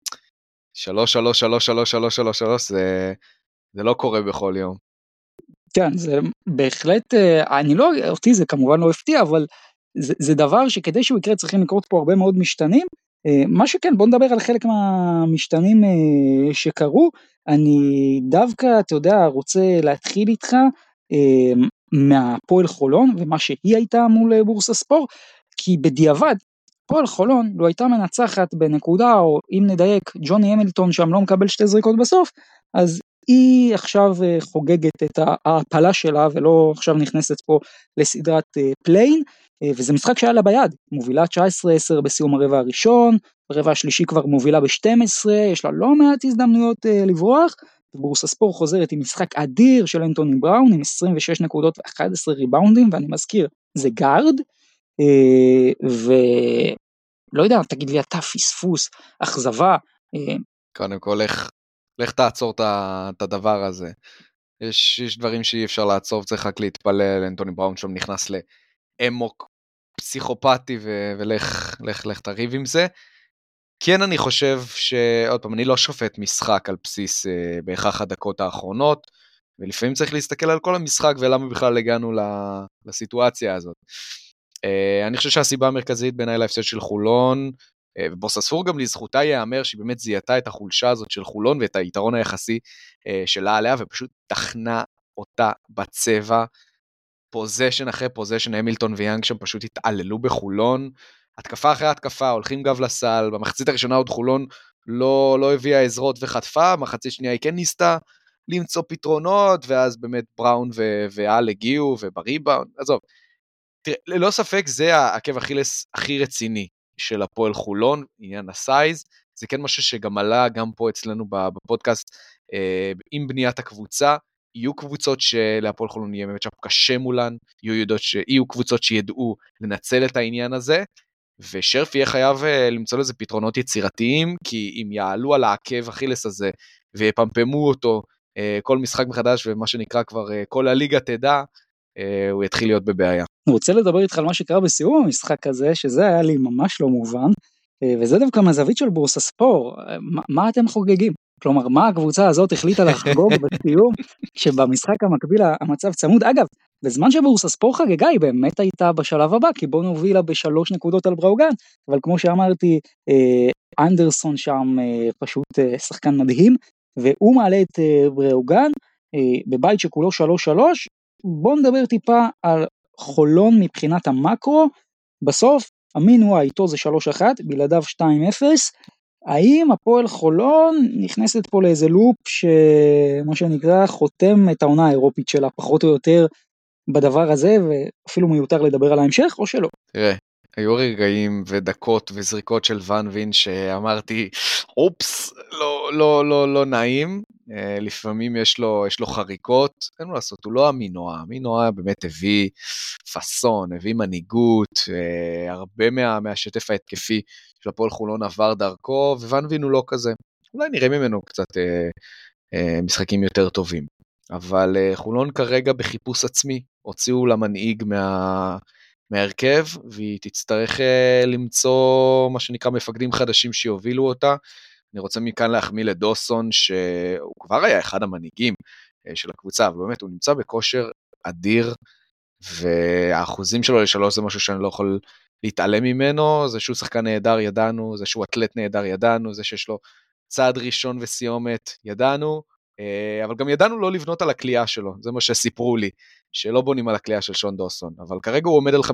3-3-3-3-3-3 זה לא קורה בכל יום. כן, זה בהחלט, אותי זה כמובן לא הפתיע, אבל זה דבר שכדי שהוא יקרה צריכים לקרות פה הרבה מאוד משתנים, מה שכן, בוא נדבר על חלק מהמשתנים שקרו, אני דווקא, אתה יודע, רוצה להתחיל איתך מהפועל חולון, ומה שהיא הייתה מול בורסספור, כי בדיעבד, הפועל חולון לא הייתה מנצחת בנקודה, או אם נדייק, ג'וני המילטון שם לא מקבל שתי זריקות בסוף, אז היא עכשיו חוגגת את ההפלה שלה, ולא עכשיו נכנסת פה לסדרת פליין, וזה משחק שהיה לה ביד, מובילה 19-10 בסיום הרבע הראשון, ברבע השלישי כבר מובילה ב-12, יש לה לא מעט הזדמנויות לברוח, בורסספור חוזרת עם משחק אדיר של אנטוני בראון, עם 26 נקודות ו11 ריבאונדים, ואני מזכיר, זה גארד, ולא יודע, תגיד לי אתה פספוס, אכזבה. קודם כל, לך תעצור את הדבר הזה. יש דברים שאי אפשר לעצור, צריך רק להתפלל, אנטוני בראון שם נכנס לאמוק פסיכופתי, ולך תריב עם זה. כן, אני חושב שעוד פעם, אני לא שופט משחק על בסיס בהכרח הדקות האחרונות, ולפעמים צריך להסתכל על כל המשחק, ולמה בכלל הגענו לסיטואציה הזאת. אני חושב שהסיבה המרכזית בעיניי להפסד של חולון, ובורסספור גם לזכותה יאמר שהיא באמת זיהתה את החולשה הזאת של חולון, ואת היתרון היחסי שלה עליה, ופשוט תכנה אותה בצבע, פוזשן אחרי פוזשן, המילטון ויאנג שם פשוט התעללו בחולון, התקפה אחרי התקפה, הולכים גב לסל, במחצית הראשונה עוד חולון לא הביאה עזרות וחטפה, מחצית שנייה היא כן ניסתה למצוא פתרונות, ואז באמת בראון ואל הגיעו, ובריבאונד, עזוב, תראה, ללא ספק זה העקב אכילס הכי רציני של הפועל חולון, עניין הסייז, זה כן משהו שגם עלה גם פה אצלנו בפודקאסט, עם בניית הקבוצה, יהיו קבוצות שלהפועל חולון יהיה באמת שם קשה מולן, יהיו קבוצות שידעו לנצל את העניין הזה, ושרף יהיה חייב למצוא לזה פתרונות יצירתיים, כי אם יעלו על העקב אכילס הזה, ויפמפמו אותו כל משחק מחדש, ומה שנקרא כבר כל הליגה תדע, הוא יתחיל להיות בבעיה. אני רוצה לדבר איתך על מה שקרה בסיום המשחק הזה, שזה היה לי ממש לא מובן, וזה דווקא מהזווית של בורסספור, מה אתם חוגגים? כלומר, מה הקבוצה הזאת החליטה לחגוג בסיום, שבמשחק המקביל המצב צמוד? אגב, בזמן שבורסספור חגגה, היא באמת הייתה בשלב הבא, כי בוא נובילה ב3 נקודות על בראוגן, אבל כמו שאמרתי, אנדרסון שם פשוט שחקן מדהים, והוא מעלה את בראוגן, בבית שכולו 3-3, בוא נדבר טיפה על חולון מבחינת המקרו, בסוף המינוע איתו זה 3-1, בלעדיו 2-0, האם הפועל חולון נכנסת פה לאיזה לופ שמה שנקרא חותם את העונה האירופית שלה פחות או יותר בדבר הזה, ואפילו מיותר לדבר על ההמשך או שלא? תראה, היו רגעים ודקות וזריקות של ון וין שאמרתי, אופס, לא נעים, לפעמים יש לו חריקות, אין לו לעשות, הוא לא המינוע באמת הביא פסון, הביא מנהיגות, הרבה מהשטף ההתקפי של הפועל חולון עבר דרכו, וון וין הוא לא כזה, אולי נראה ממנו קצת משחקים יותר טובים, אבל חולון כרגע בחיפוש עצמי, הוציאו למנהיג מהרכב, והיא תצטרך למצוא מה שנקרא מפקדים חדשים שיובילו אותה. אני רוצה מכאן להחמיא לדוסון, שהוא כבר היה אחד המנהיגים של הקבוצה, אבל באמת הוא נמצא בכושר אדיר, והאחוזים שלו ל3 זה משהו שאני לא יכול להתעלם ממנו, זה שהוא שחקן נהדר ידענו, זה שהוא אתלט נהדר ידענו, זה שיש לו צעד ראשון וסיומת ידענו, אבל גם ידענו לא לבנות על הקליעה שלו, זה מה שסיפרו לי, שלא בונים על הקליעה של שון דוסון, אבל כרגע הוא עומד על 53%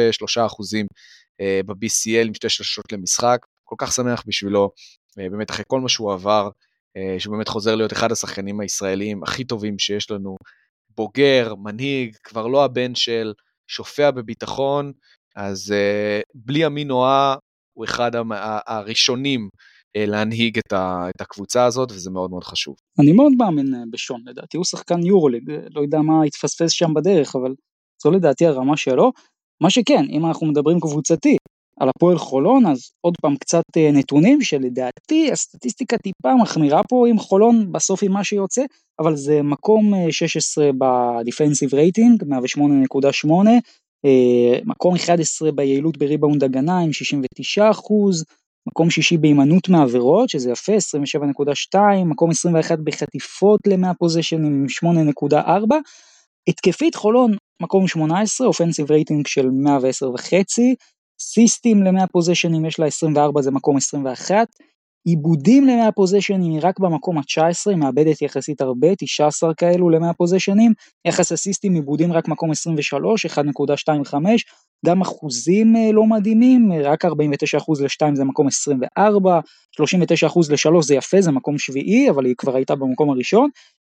ב-BCL עם 2 שלשות למשחק, כל כך שמח בשבילו, באמת אחרי כל מה שהוא עבר, שבאמת חוזר להיות אחד השחקנים הישראלים הכי טובים שיש לנו, בוגר, מנהיג, כבר לא הבן של, שופע בביטחון, אז בלי המינוע הוא אחד הראשונים להנהיג את הקבוצה הזאת, וזה מאוד מאוד חשוב. אני מאוד מאמין בשון, לדעתי, הוא שחקן יורוליג, לא יודע מה התפספס שם בדרך, אבל זו לדעתי הרמה שלו. מה שכן, אם אנחנו מדברים קבוצתי על הפועל חולון, אז עוד פעם קצת נתונים שלדעתי הסטטיסטיקה טיפה מחמירה פה עם חולון, בסוף עם מה שיוצא, אבל זה מקום 16 בדיפנסיב רייטינג, 108.8, מקום 11 ביעילות בריבאונד הגנה עם 69%, מקום 6 בהימנעות מעבירות, שזה יפה, 27.2, מקום 21 בחטיפות ל-100 פוזיישן עם 8.4, התקפית חולון, מקום 18, אופנסיב רייטינג של 110.5, סיסטים ל-100 פוזיישנים יש לה 24, זה מקום 21, עיבודים ל-100 פוזיישנים היא רק במקום ה-19, מאבדת יחסית הרבה, 19 כאלו ל-100 פוזיישנים, יחס הסיסטים עיבודים רק מקום 23, 1.25, גם אחוזים לא מדהימים, רק 49% ל-2 זה מקום 24, 39% ל-3 זה יפה, זה מקום שביעי, אבל היא כבר הייתה במקום הראשון,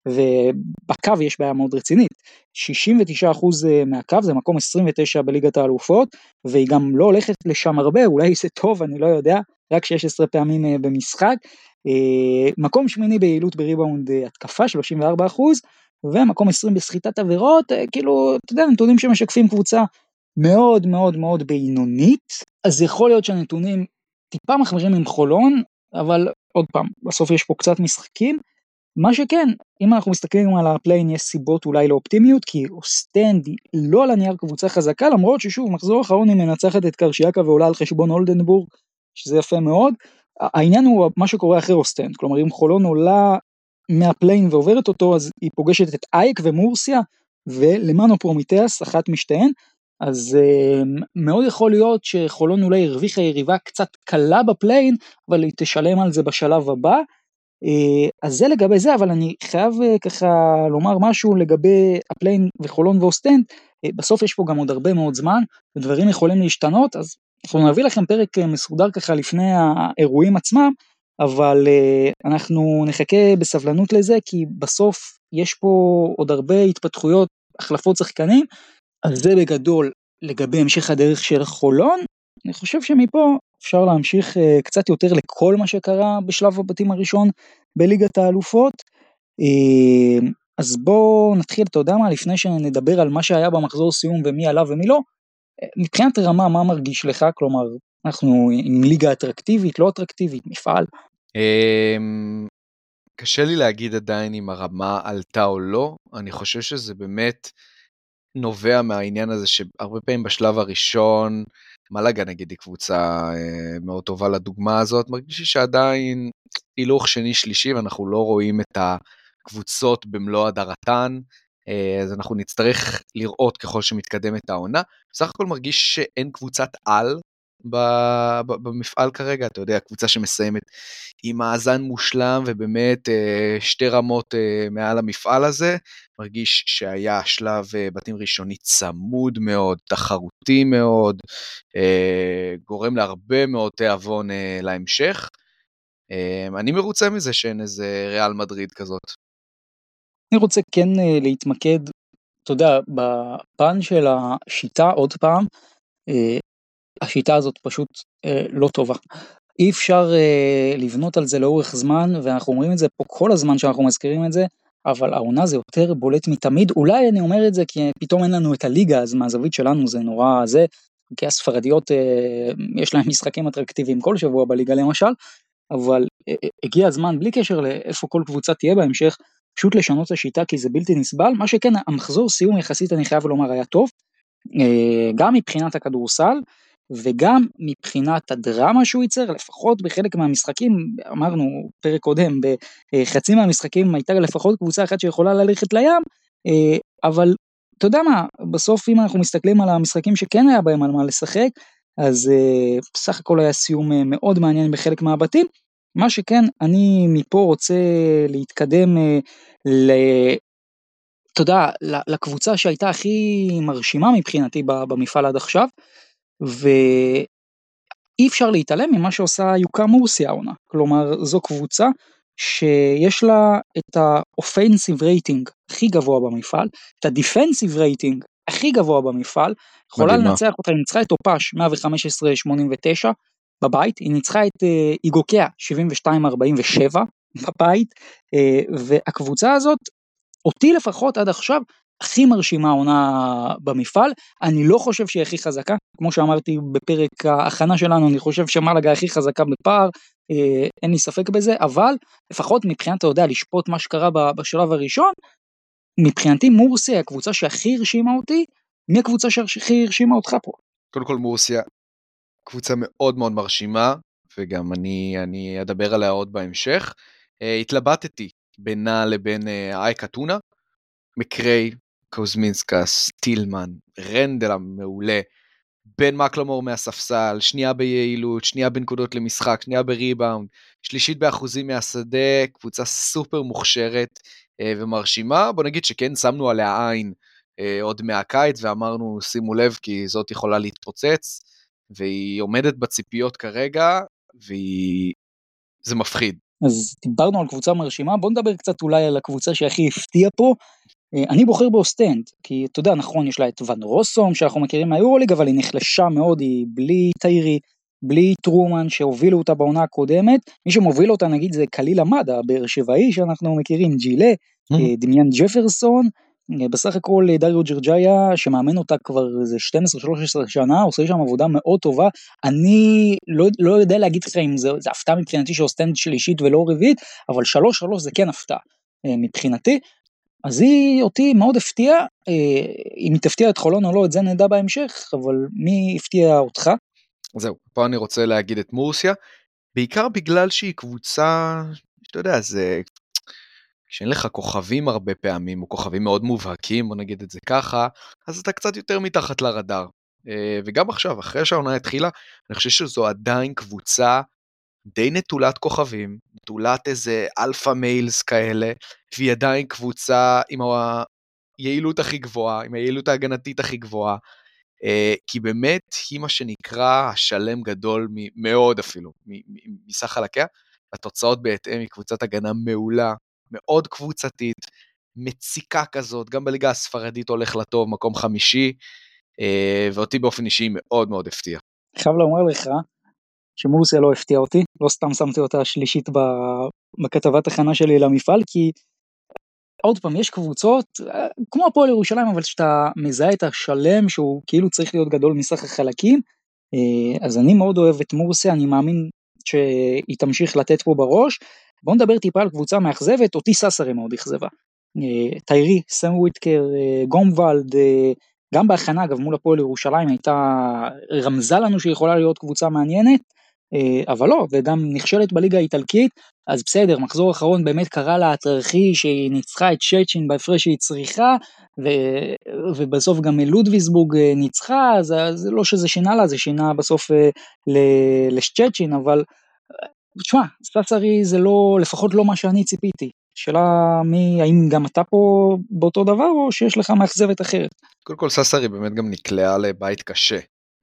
ובקו יש בעיה מאוד רצינית, 69% מהקו, זה מקום 29 בליגת האלופות, והיא גם לא הולכת לשם הרבה, אולי זה טוב, אני לא יודע, רק 16 פעמים במשחק, מקום שמיני ביעילות בריבאונד התקפה, 34%, ומקום 20 בסחיטת עבירות, כאילו, אתה יודע, נתונים שמשקפים קבוצה מאוד מאוד מאוד בינונית, אז יכול להיות שהנתונים טיפה מחמירים עם חולון, אבל עוד פעם, בסוף יש פה קצת משחקים, מה שכן, אם אנחנו מסתכלים על הפליין, יש סיבות אולי לאופטימיות, כי אוסטנד היא לא על הנייר קבוצה חזקה, למרות ששוב, מחזור האחרון היא מנצחת את קרשיאקה ועולה על חשבון אולדנבורג, שזה יפה מאוד, העניין הוא מה שקורה אחרי אוסטנד, כלומר אם חולון עולה מהפליין ועוברת אותו, אז היא פוגשת את אייק ומורסיה, ולמנו פרומיטאס, אחת משתיהן, אז מאוד יכול להיות שחולון אולי הרוויחה יריבה קצת קלה בפליין, אבל היא תשלם על זה בשלב הבא, אז זה לגבי זה, אבל אני חייב ככה לומר משהו לגבי הפליין וחולון ואוסטנד, בסוף יש פה גם עוד הרבה מאוד זמן, ודברים יכולים להשתנות, אז אנחנו נביא לכם פרק מסודר ככה לפני האירועים עצמם, אבל אנחנו נחכה בסבלנות לזה, כי בסוף יש פה עוד הרבה התפתחויות, החלפות שחקנים, אז זה בגדול לגבי המשך הדרך של חולון, אני חושב שמפה אפשר להמשיך קצת יותר לכל מה שקרה בשלב הבתים הראשון בליגת האלופות, אז בואו נתחיל, אתה יודע מה, לפני שנדבר על מה שהיה במחזור סיום ומי עלה ומי לא, מבחינת רמה מה מרגיש לך, כלומר אנחנו עם ליגה אטרקטיבית, לא אטרקטיבית, מפעל? קשה לי להגיד עדיין אם הרמה עלתה או לא, אני חושב שזה באמת נובע מהעניין הזה שהרבה פעמים בשלב הראשון, מלאגה נגיד היא קבוצה מאוד טובה לדוגמה הזאת, מרגיש שעדיין הילוך שני שלישי ואנחנו לא רואים את הקבוצות במלוא הדרתן, אז אנחנו נצטרך לראות ככל שמתקדמת העונה, בסך הכל מרגיש שאין קבוצת על במפעל כרגע, אתה יודע, קבוצה שמסיימת עם מאזן מושלם ובאמת שתי רמות מעל המפעל הזה, מרגיש שהיה שלב בתים ראשוני צמוד מאוד, תחרותי מאוד, גורם להרבה מאוד תיאבון להמשך, אני מרוצה מזה שאין איזה ריאל מדריד כזאת. אני רוצה כן להתמקד, אתה יודע, בפן של השיטה עוד פעם, השיטה הזאת פשוט לא טובה. אי אפשר לבנות על זה לאורך זמן, ואנחנו אומרים את זה פה כל הזמן שאנחנו מזכירים את זה, אבל העונה זה יותר בולט מתמיד, אולי אני אומר את זה כי פתאום אין לנו את הליגה, אז מהזווית שלנו זה נורא זה, כי הספרדיות יש להם משחקים אטרקטיביים כל שבוע בליגה למשל, אבל הגיע הזמן בלי קשר לאיפה כל קבוצה תהיה בהמשך, פשוט לשנות את השיטה כי זה בלתי נסבל, מה שכן המחזור סיום יחסית אני חייב לומר היה טוב, גם מבחינת הכדורסל, וגם מבחינת הדרמה שהוא ייצר, לפחות בחלק מהמשחקים, אמרנו פרק קודם, בחצי מהמשחקים הייתה לפחות קבוצה אחת שיכולה ללכת לים, אבל אתה יודע מה, בסוף אם אנחנו מסתכלים על המשחקים שכן היה בהם על מה לשחק, אז בסך הכל היה סיום מאוד מעניין בחלק מהבתים, מה שכן אני מפה רוצה להתקדם אתה יודע, לקבוצה שהייתה הכי מרשימה מבחינתי במפעל עד עכשיו, ואי אפשר להתעלם ממה שעושה יוקה מורסיה העונה, כלומר זו קבוצה שיש לה את האופנסיב רייטינג הכי גבוה במפעל, את הדיפנסיב רייטינג הכי גבוה במפעל, יכולה לנצח אותה, היא ניצחה את אופש 115-89 בבית, היא ניצחה את איגוקיה 72-47 בבית, והקבוצה הזאת, אותי לפחות עד עכשיו, הכי מרשימה העונה במפעל, אני לא חושב שהיא הכי חזקה, כמו שאמרתי בפרק ההכנה שלנו, אני חושב שמלאגה הכי חזקה בפער, אין לי ספק בזה, אבל לפחות מבחינת, אתה יודע, לשפוט מה שקרה בשלב הראשון, מבחינתי מורסיה, הקבוצה שהכי הרשימה אותי, מי הקבוצה שהכי הרשימה אותך פה? קודם כל מורסיה, קבוצה מאוד מאוד מרשימה, וגם אני אדבר עליה עוד בהמשך, התלבטתי בינה לבין אייק אתונה, מקריי, קוזמינסקס, טילמן, רנדל המעולה, בן מקלמור מהספסל, שנייה ביעילות, שנייה בנקודות למשחק, שנייה בריבאונד, שלישית באחוזים מהשדה, קבוצה סופר מוכשרת ומרשימה, בוא נגיד שכן שמנו עליה עין עוד מהקיץ, ואמרנו שימו לב כי זאת יכולה להתפוצץ, והיא עומדת בציפיות כרגע, וזה מפחיד, אז דיברנו על קבוצה מרשימה, בוא נדבר קצת אולי על הקבוצה שהכי הפתיעה פה, אני בוחר באוסטנד, כי אתה יודע, נכון, יש לה את ון רוסום, שאנחנו מכירים מהיורוליג, אבל היא נחלשה מאוד, היא בלי טיירי, בלי טרומן, שהובילו אותה בעונה הקודמת, מי שמוביל אותה נגיד זה קליל עמד, הבאר שבעי שאנחנו מכירים, ג'ילה, דמיאן ג'פרסון, בסך הכל דריו ג'רג'איה, שמאמן אותה כבר איזה 12-13 שנה, עושה שם עבודה מאוד טובה, אני לא יודע להגיד לך אם זה הפתעה מבחינתי שאוסטנד שלישית ולא רביעית, אבל 3-3 זה כן הפתעה מבחינתי, אז היא אותי מאוד הפתיעה, אם היא תפתיע את חולון או לא, את זה נדע בהמשך, אבל מי הפתיע אותך? זהו, פה אני רוצה להגיד את מורסיה, בעיקר בגלל שהיא קבוצה, שאתה יודע, זה, כשאין לך כוכבים הרבה פעמים, או כוכבים מאוד מובהקים, בוא נגיד את זה ככה, אז אתה קצת יותר מתחת לרדאר. וגם עכשיו, אחרי שהעונה התחילה, אני חושב שזו עדיין קבוצה די נטולת כוכבים, נטולת איזה אלפא מיילס כאלה, והיא עדיין קבוצה עם היעילות הכי גבוהה, עם היעילות ההגנתית הכי גבוהה, כי באמת היא מה שנקרא השלם גדול מאוד אפילו, מסך חלקיה, התוצאות בהתאם היא קבוצת הגנה מעולה, מאוד קבוצתית, מציקה כזאת, גם בליגה הספרדית הולך לטוב, מקום חמישי, ואותי באופן אישי מאוד מאוד הפתיע. חייב לומר לך, שמורסיה לא הפתיע אותי, לא סתם שמתי אותה שלישית בכתבת הכנה שלי למפעל, כי עוד פעם, יש קבוצות, כמו הפועל ירושלים, אבל שאתה מזהה את השלם, שהוא כאילו צריך להיות גדול מסך החלקים, אז אני מאוד אוהב את מורסיה, אני מאמין שהיא תמשיך לתת פה בראש, בואו נדבר טיפה על קבוצה מאכזבת, אותי ססרי מאוד אכזבה, טיירי, סם וויטקר, גומוולד, גם בהכנה, אגב, מול הפועל ירושלים, הייתה רמזה לנו שיכולה להיות קבוצה מעניינת, אבל לא, וגם נכשלת בליגה האיטלקית, אז בסדר, מחזור אחרון באמת קרה לה התרחי שהיא ניצחה את שצ'ין בהפרש שהיא צריכה, ובסוף גם לודוויסבורג ניצחה, אז זה לא שזה שינה לה, זה שינה בסוף לשצ'ין, אבל תשמע, ססרי זה לא, לפחות לא מה שאני ציפיתי, שאלה האם גם אתה פה באותו דבר, או שיש לך מאכזבת אחרת? קודם כל ססרי באמת גם נקלעה לבית קשה,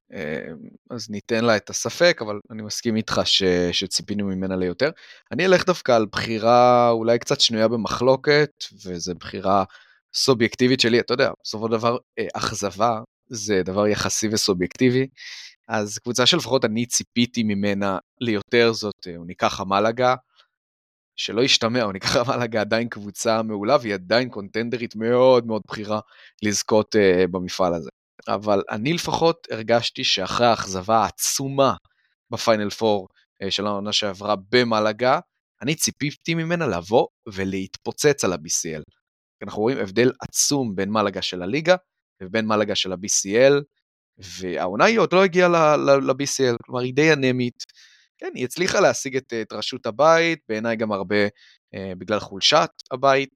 אז ניתן לה את הספק, אבל אני מסכים איתך שציפינו ממנה ליותר. אני אלך דווקא על בחירה אולי קצת שנויה במחלוקת, וזו בחירה סובייקטיבית שלי, אתה יודע, בסופו דבר אכזבה, זה דבר יחסי וסובייקטיבי, אז קבוצה שלפחות אני ציפיתי ממנה ליותר זאת, אוניקח המלאגה, שלא ישתמע, אוניקח המלאגה עדיין קבוצה מעולה, והיא עדיין קונטנדרית מאוד מאוד בחירה לזכות במפעל הזה. אבל אני לפחות הרגשתי שאחרי האכזבה העצומה בפיינל פור של העונה שעברה במלאגה, אני ציפיתי ממנה לבוא ולהתפוצץ על ה-BCL. אנחנו רואים הבדל עצום בין מלאגה של הליגה ובין מלאגה של ה-BCL, והעונה היא עוד לא הגיעה ל-BCL, כלומר היא די אנמית, כן, היא הצליחה להשיג את רשות הבית, בעיניי גם הרבה בגלל חולשת הבית,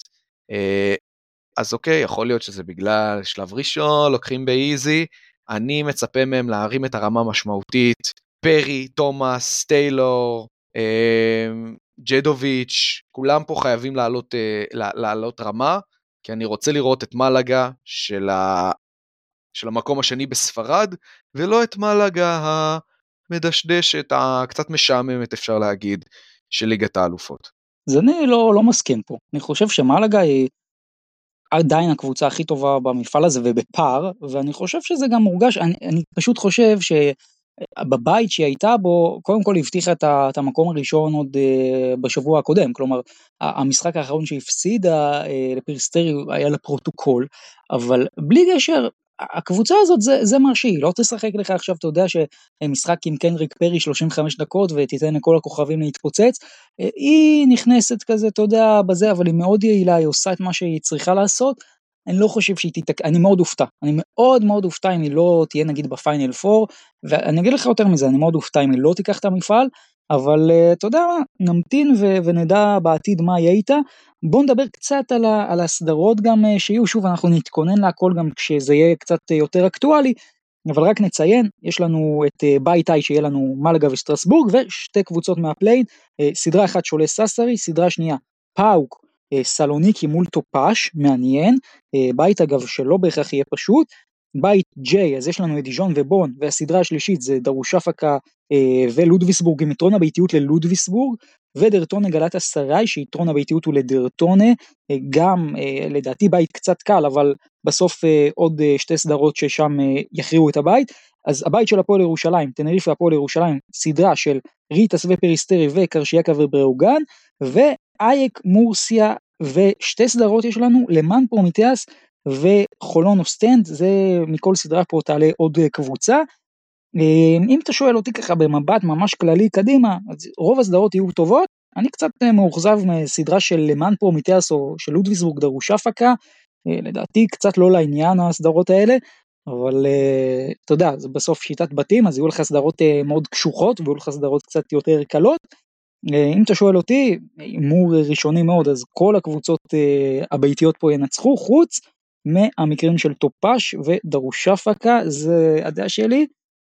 אז אוקיי, יכול להיות שזה בגלל שלב ראשון, לוקחים באיזי, אני מצפה מהם להרים את הרמה משמעותית, פרי, תומאס, טיילור, ג'דוביץ', כולם פה חייבים לעלות רמה, כי אני רוצה לראות את מלאגה של המקום השני בספרד, ולא את מלאגה המדשדשת, הקצת משעממת אפשר להגיד, של ליגת האלופות. אז אני לא מסכים פה, אני חושב שמלאגה היא עדיין הקבוצה הכי טובה במפעל הזה ובפאר, ואני חושב שזה גם מורגש, אני פשוט חושב שבבית שהיא הייתה בו, קודם כל הבטיחה את המקום הראשון עוד בשבוע הקודם, כלומר המשחק האחרון שהפסידה לפריסטרי היה לפרוטוקול, אבל בלי גשר, הקבוצה הזאת זה מה שהיא, לא תשחק לך עכשיו, אתה יודע שמשחק עם קנריק פרי 35 דקות ותיתן לכל הכוכבים להתפוצץ, היא נכנסת כזה, אתה יודע, בזה, אבל היא מאוד יעילה, היא עושה את מה שהיא צריכה לעשות, אני לא חושב שהיא אני מאוד אופתע, אני מאוד מאוד אופתע אם היא לא תהיה נגיד בפיינל פור, ואני אגיד לך יותר מזה, אני מאוד אופתע אם היא לא תיקח את המפעל, אבל אתה יודע מה, נמתין ונדע בעתיד מה יהיה איתה, בואו נדבר קצת על הסדרות גם שיהיו, שוב אנחנו נתכונן להכל גם כשזה יהיה קצת יותר אקטואלי, אבל רק נציין, יש לנו את בית איי שיהיה לנו מלאגה וסטרסבורג, ושתי קבוצות מהפליין, סדרה אחת שעולה ססרי, סדרה שנייה פאוק, סלוניקי מול טופש, מעניין, בית אגב שלא בהכרח יהיה פשוט, בית ג'יי, אז יש לנו את דיז'ון ובון, והסדרה השלישית זה דרושפקה ולודוויסבורג, עם יתרון הביתיות ללודוויסבורג, ודרטונה גלת אסריי, שיתרון הביתיות הוא לדרטונה, גם לדעתי בית קצת קל, אבל בסוף עוד שתי סדרות ששם יכריעו את הבית, אז הבית של הפועל ירושלים, תנריפה והפועל ירושלים, סדרה של ריטס ופריסטרי וקרשייקה ובראוגן, ואייק מורסיה, ושתי סדרות יש לנו, למאן פרומיתאס וחולון אוסטנד, זה מכל סדרה פה תעלה עוד קבוצה. אם אתה שואל אותי ככה במבט ממש כללי קדימה, אז רוב הסדרות יהיו טובות, אני קצת מאוכזב מסדרה של למאן פרומיתאס או של לודוויגסבורג דרושפקה, לדעתי קצת לא לעניין הסדרות האלה, אבל אתה יודע, זה בסוף שיטת בתים, אז יהיו לך סדרות מאוד קשוחות, ויהיו לך סדרות קצת יותר קלות. אם אתה שואל אותי, אימור ראשוני מאוד, אז כל הקבוצות הביתיות פה ינצחו, חוץ מהמקרים של טופש ודרושפקה, זה הדעה שלי.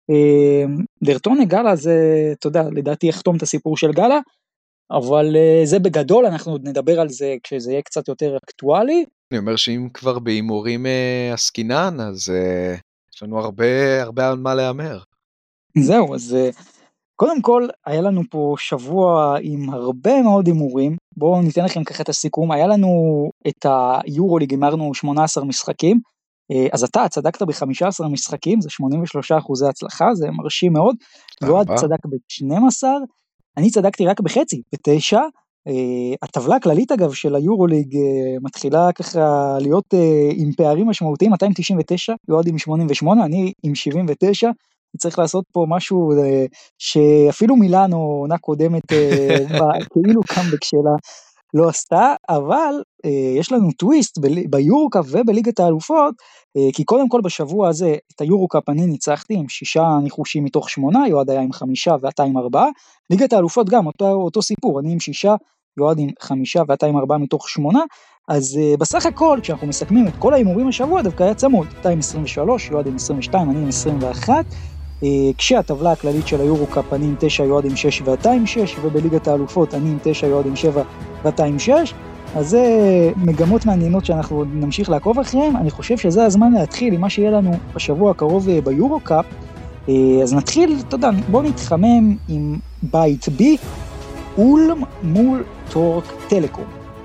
דרטונה גלה זה, אתה יודע, לדעתי יחתום את הסיפור של גלה, אבל זה בגדול, אנחנו עוד נדבר על זה כשזה יהיה קצת יותר אקטואלי. אני אומר שאם כבר באימורים עסקינן, אז יש לנו הרבה על מה להיאמר. זהו, אז קודם כל, היה לנו פה שבוע עם הרבה מאוד אימורים, בואו ניתן לכם ככה את הסיכום, היה לנו את היורוליג, אמרנו 18 משחקים, אז אתה צדקת ב-15 משחקים, זה 83% הצלחה, זה מרשים מאוד, ועוד צדק ב-12, אני צדקתי רק בחצי, ב-9, הטבלה הכללית אגב של היורוליג מתחילה ככה להיות עם פערים משמעותיים, 299, ועוד עם 88, אני עם 79, צריך לעשות פה משהו שאפילו מילאנו עונה קודמת כאילו קאמבק שלה לא עשתה, אבל יש לנו טוויסט ביורוקאפ ובליגת האלופות, כי קודם כל בשבוע הזה את היורוקאפ אני ניצחתי עם 6 ניחושים מתוך 8, יועד היה עם 5 ואתה עם 4, ליגת האלופות גם אותו סיפור, אני עם 6, יועד עם 5 ואתה עם 4 מתוך 8, אז בסך הכל כשאנחנו מסכמים את כל האימורים השבוע דווקא היה צמוד, אתה עם 23, יועד עם 22, אני עם 21, כשהטבלה הכללית של היורוקאפ אני עם 9 יועד עם 6 ואתה עם 6, ובליגת האלופות אני עם 9 יועד עם 7 ואתה עם 6, אז זה מגמות מעניינות שאנחנו נמשיך לעקוב אחריהם. אני חושב שזה הזמן להתחיל עם מה שיהיה לנו בשבוע הקרוב ביורוקאפ, אז נתחיל, תודה, בוא נתחמם עם בית בי, אולם מול טורק טלקום.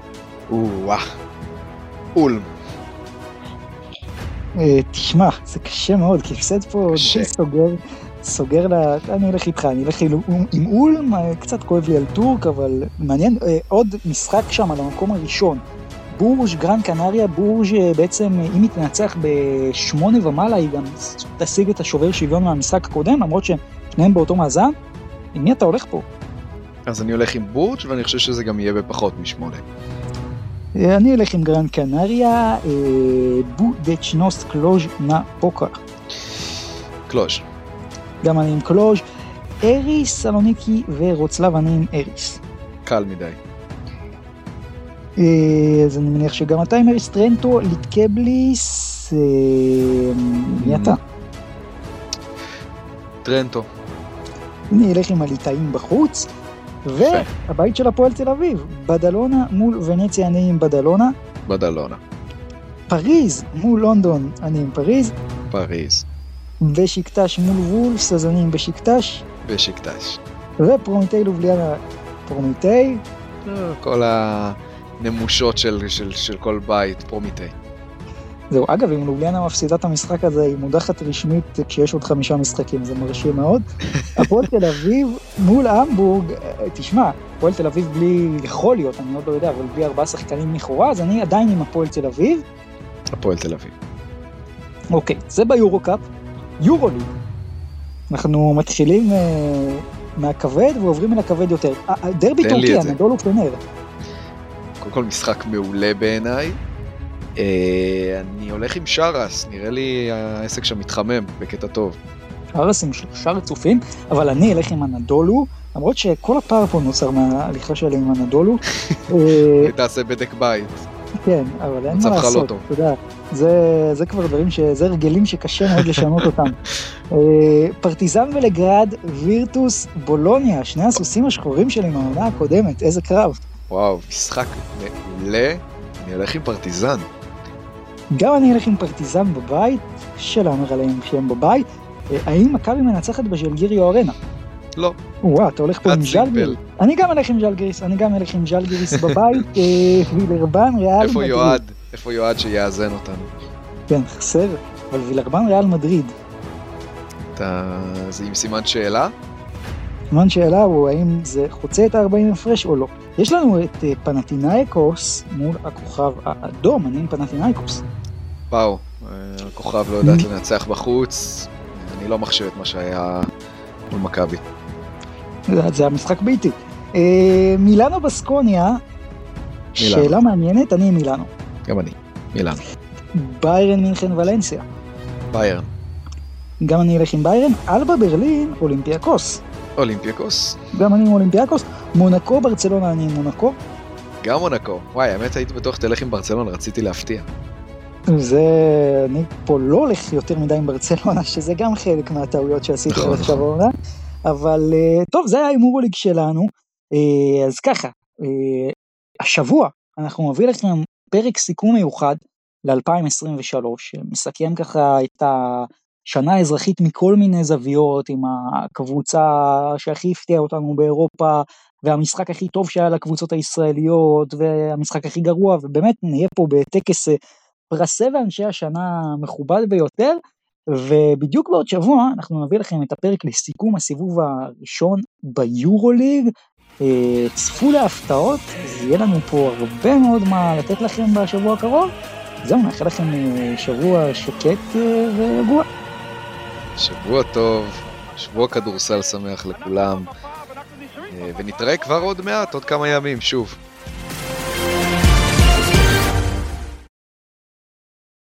אולם. תשמע, זה קשה מאוד, כי הפסד פה סוגר לה, אני אלך איתך, אני אלך עם אולם, קצת כואב לי על טורק, אבל מעניין, עוד משחק שם על המקום הראשון, בורג' גרן קנריה, בורג' בעצם אם היא תנצח ב8 ומעלה, היא גם תשיג את השובר שוויון מהמשחק הקודם, למרות ששניהם באותו מאזן. עם מי אתה הולך פה? אז אני הולך עם בורג' ואני חושב שזה גם יהיה בפחות מ8. אני אלך עם גרן קנריה, בודצ'נוס קלוז' נא פוקה. קלוז'. גם אני עם קלוז'. אריס, סלוניקי ורוצלב, אני עם אריס. קל מדי. אז אני מניח שגם אתה עם אריס. טרנטו, ליטקבליס, מי אתה? טרנטו. אני אלך עם הליטאים בחוץ. והבית של הפועל תל אביב, בדלונה מול ונציה, אני עם בדלונה. בדלונה. פריז מול לונדון, אני עם פריז. פריז. בשקטש מול וולפס, אז אני עם בשקטש. בשקטש. ופרומיטי לובליאנה, פרומיטי. כל הנמושות של כל בית, פרומיטי. זהו, אגב, אם לובליאנה מפסידה את המשחק הזה, היא מודחת רשמית כשיש עוד 5 משחקים, זה מרשים מאוד. הפועל תל אביב מול המבורג, תשמע, הפועל תל אביב בלי, יכול להיות, אני עוד לא יודע, אבל בלי 4 שחקנים לכאורה, אז אני עדיין עם הפועל תל אביב. הפועל תל אביב. אוקיי, זה ביורוקאפ, יורוליג. אנחנו מתחילים מהכבד ועוברים אל הכבד יותר. דרבי טורקיה, נדולו פנר. קודם כל משחק מעולה בעיניי. אני הולך עם שרס, נראה לי העסק שם מתחמם בקטע טוב. שרס עם 3 רצופים, אבל אני אלך עם הנדולו, למרות שכל הפער פה נוצר מההליכה שלי עם הנדולו. תעשה בדק בית. כן, אבל אין מה לעשות, אתה יודע, זה כבר דברים, זה הרגלים שקשה מאוד לשנות אותם. פרטיזן ולגרד, וירטוס, בולוניה, 2 הסוסים השחורים שלי מהעונה הקודמת, איזה קרב. וואו, משחק מעולה, אני הולך עם פרטיזן. גם אני אלך עם פרטיזן בבית, שלא אומר עליהם שהם בבית. האם מכבי מנצחת בז'לגיריו ארנה? לא. וואו, אתה הולך פה עם סימפל. ז'לגיריס. אני גם הולך עם ז'לגיריס בבית, וילרבן ריאל מדריד. איפה יועד שיאזן אותנו? כן, חסר, אבל וילרבן ריאל מדריד. זה עם סימן שאלה? סימן שאלה הוא האם זה חוצה את ה-40 הפרש או לא. יש לנו את פנתינאיקוס מול הכוכב האדום, אני עם פנתינאיקוס. וואו, הכוכב לא יודעת לנצח בחוץ, אני לא מחשב את מה שהיה מול מכבי. זה המשחק ביתי. מילאנו בסקוניה, שאלה מעניינת, אני עם מילאנו. גם אני, מילאנו. ביירן מינכן ולנסיה. ביירן. גם אני אלך עם ביירן. אלבה ברלין, אולימפיאקוס. אולימפיאקוס. גם אני עם אולימפיאקוס. מונקו, ברצלונה, אני עם מונקו. גם מונקו. וואי, האמת הייתי בטוח תלך עם ברצלונה, רציתי להפתיע. אני פה לא הולך יותר מדי עם ברצלונה, שזה גם חלק מהטעויות שעשיתי עכשיו העונה. אבל טוב, זה היה הימורוליג שלנו. אז ככה, השבוע אנחנו מביא לכם פרק סיכום מיוחד ל-2023, שמסכם ככה את השנה האזרחית מכל מיני זוויות, עם הקבוצה שהכי הפתיעה אותנו באירופה, והמשחק הכי טוב שהיה לקבוצות הישראליות, והמשחק הכי גרוע, ובאמת נהיה פה בטקס פרסי ואנשי השנה המכובד ביותר, ובדיוק בעוד שבוע אנחנו נביא לכם את הפרק לסיכום הסיבוב הראשון ביורוליג. צפו להפתעות, אז יהיה לנו פה הרבה מאוד מה לתת לכם בשבוע הקרוב. זהו, נאחל לכם שבוע שקט ורגוע. שבוע טוב, שבוע כדורסל שמח לכולם, ונתראה כבר עוד מעט, עוד כמה ימים, שוב.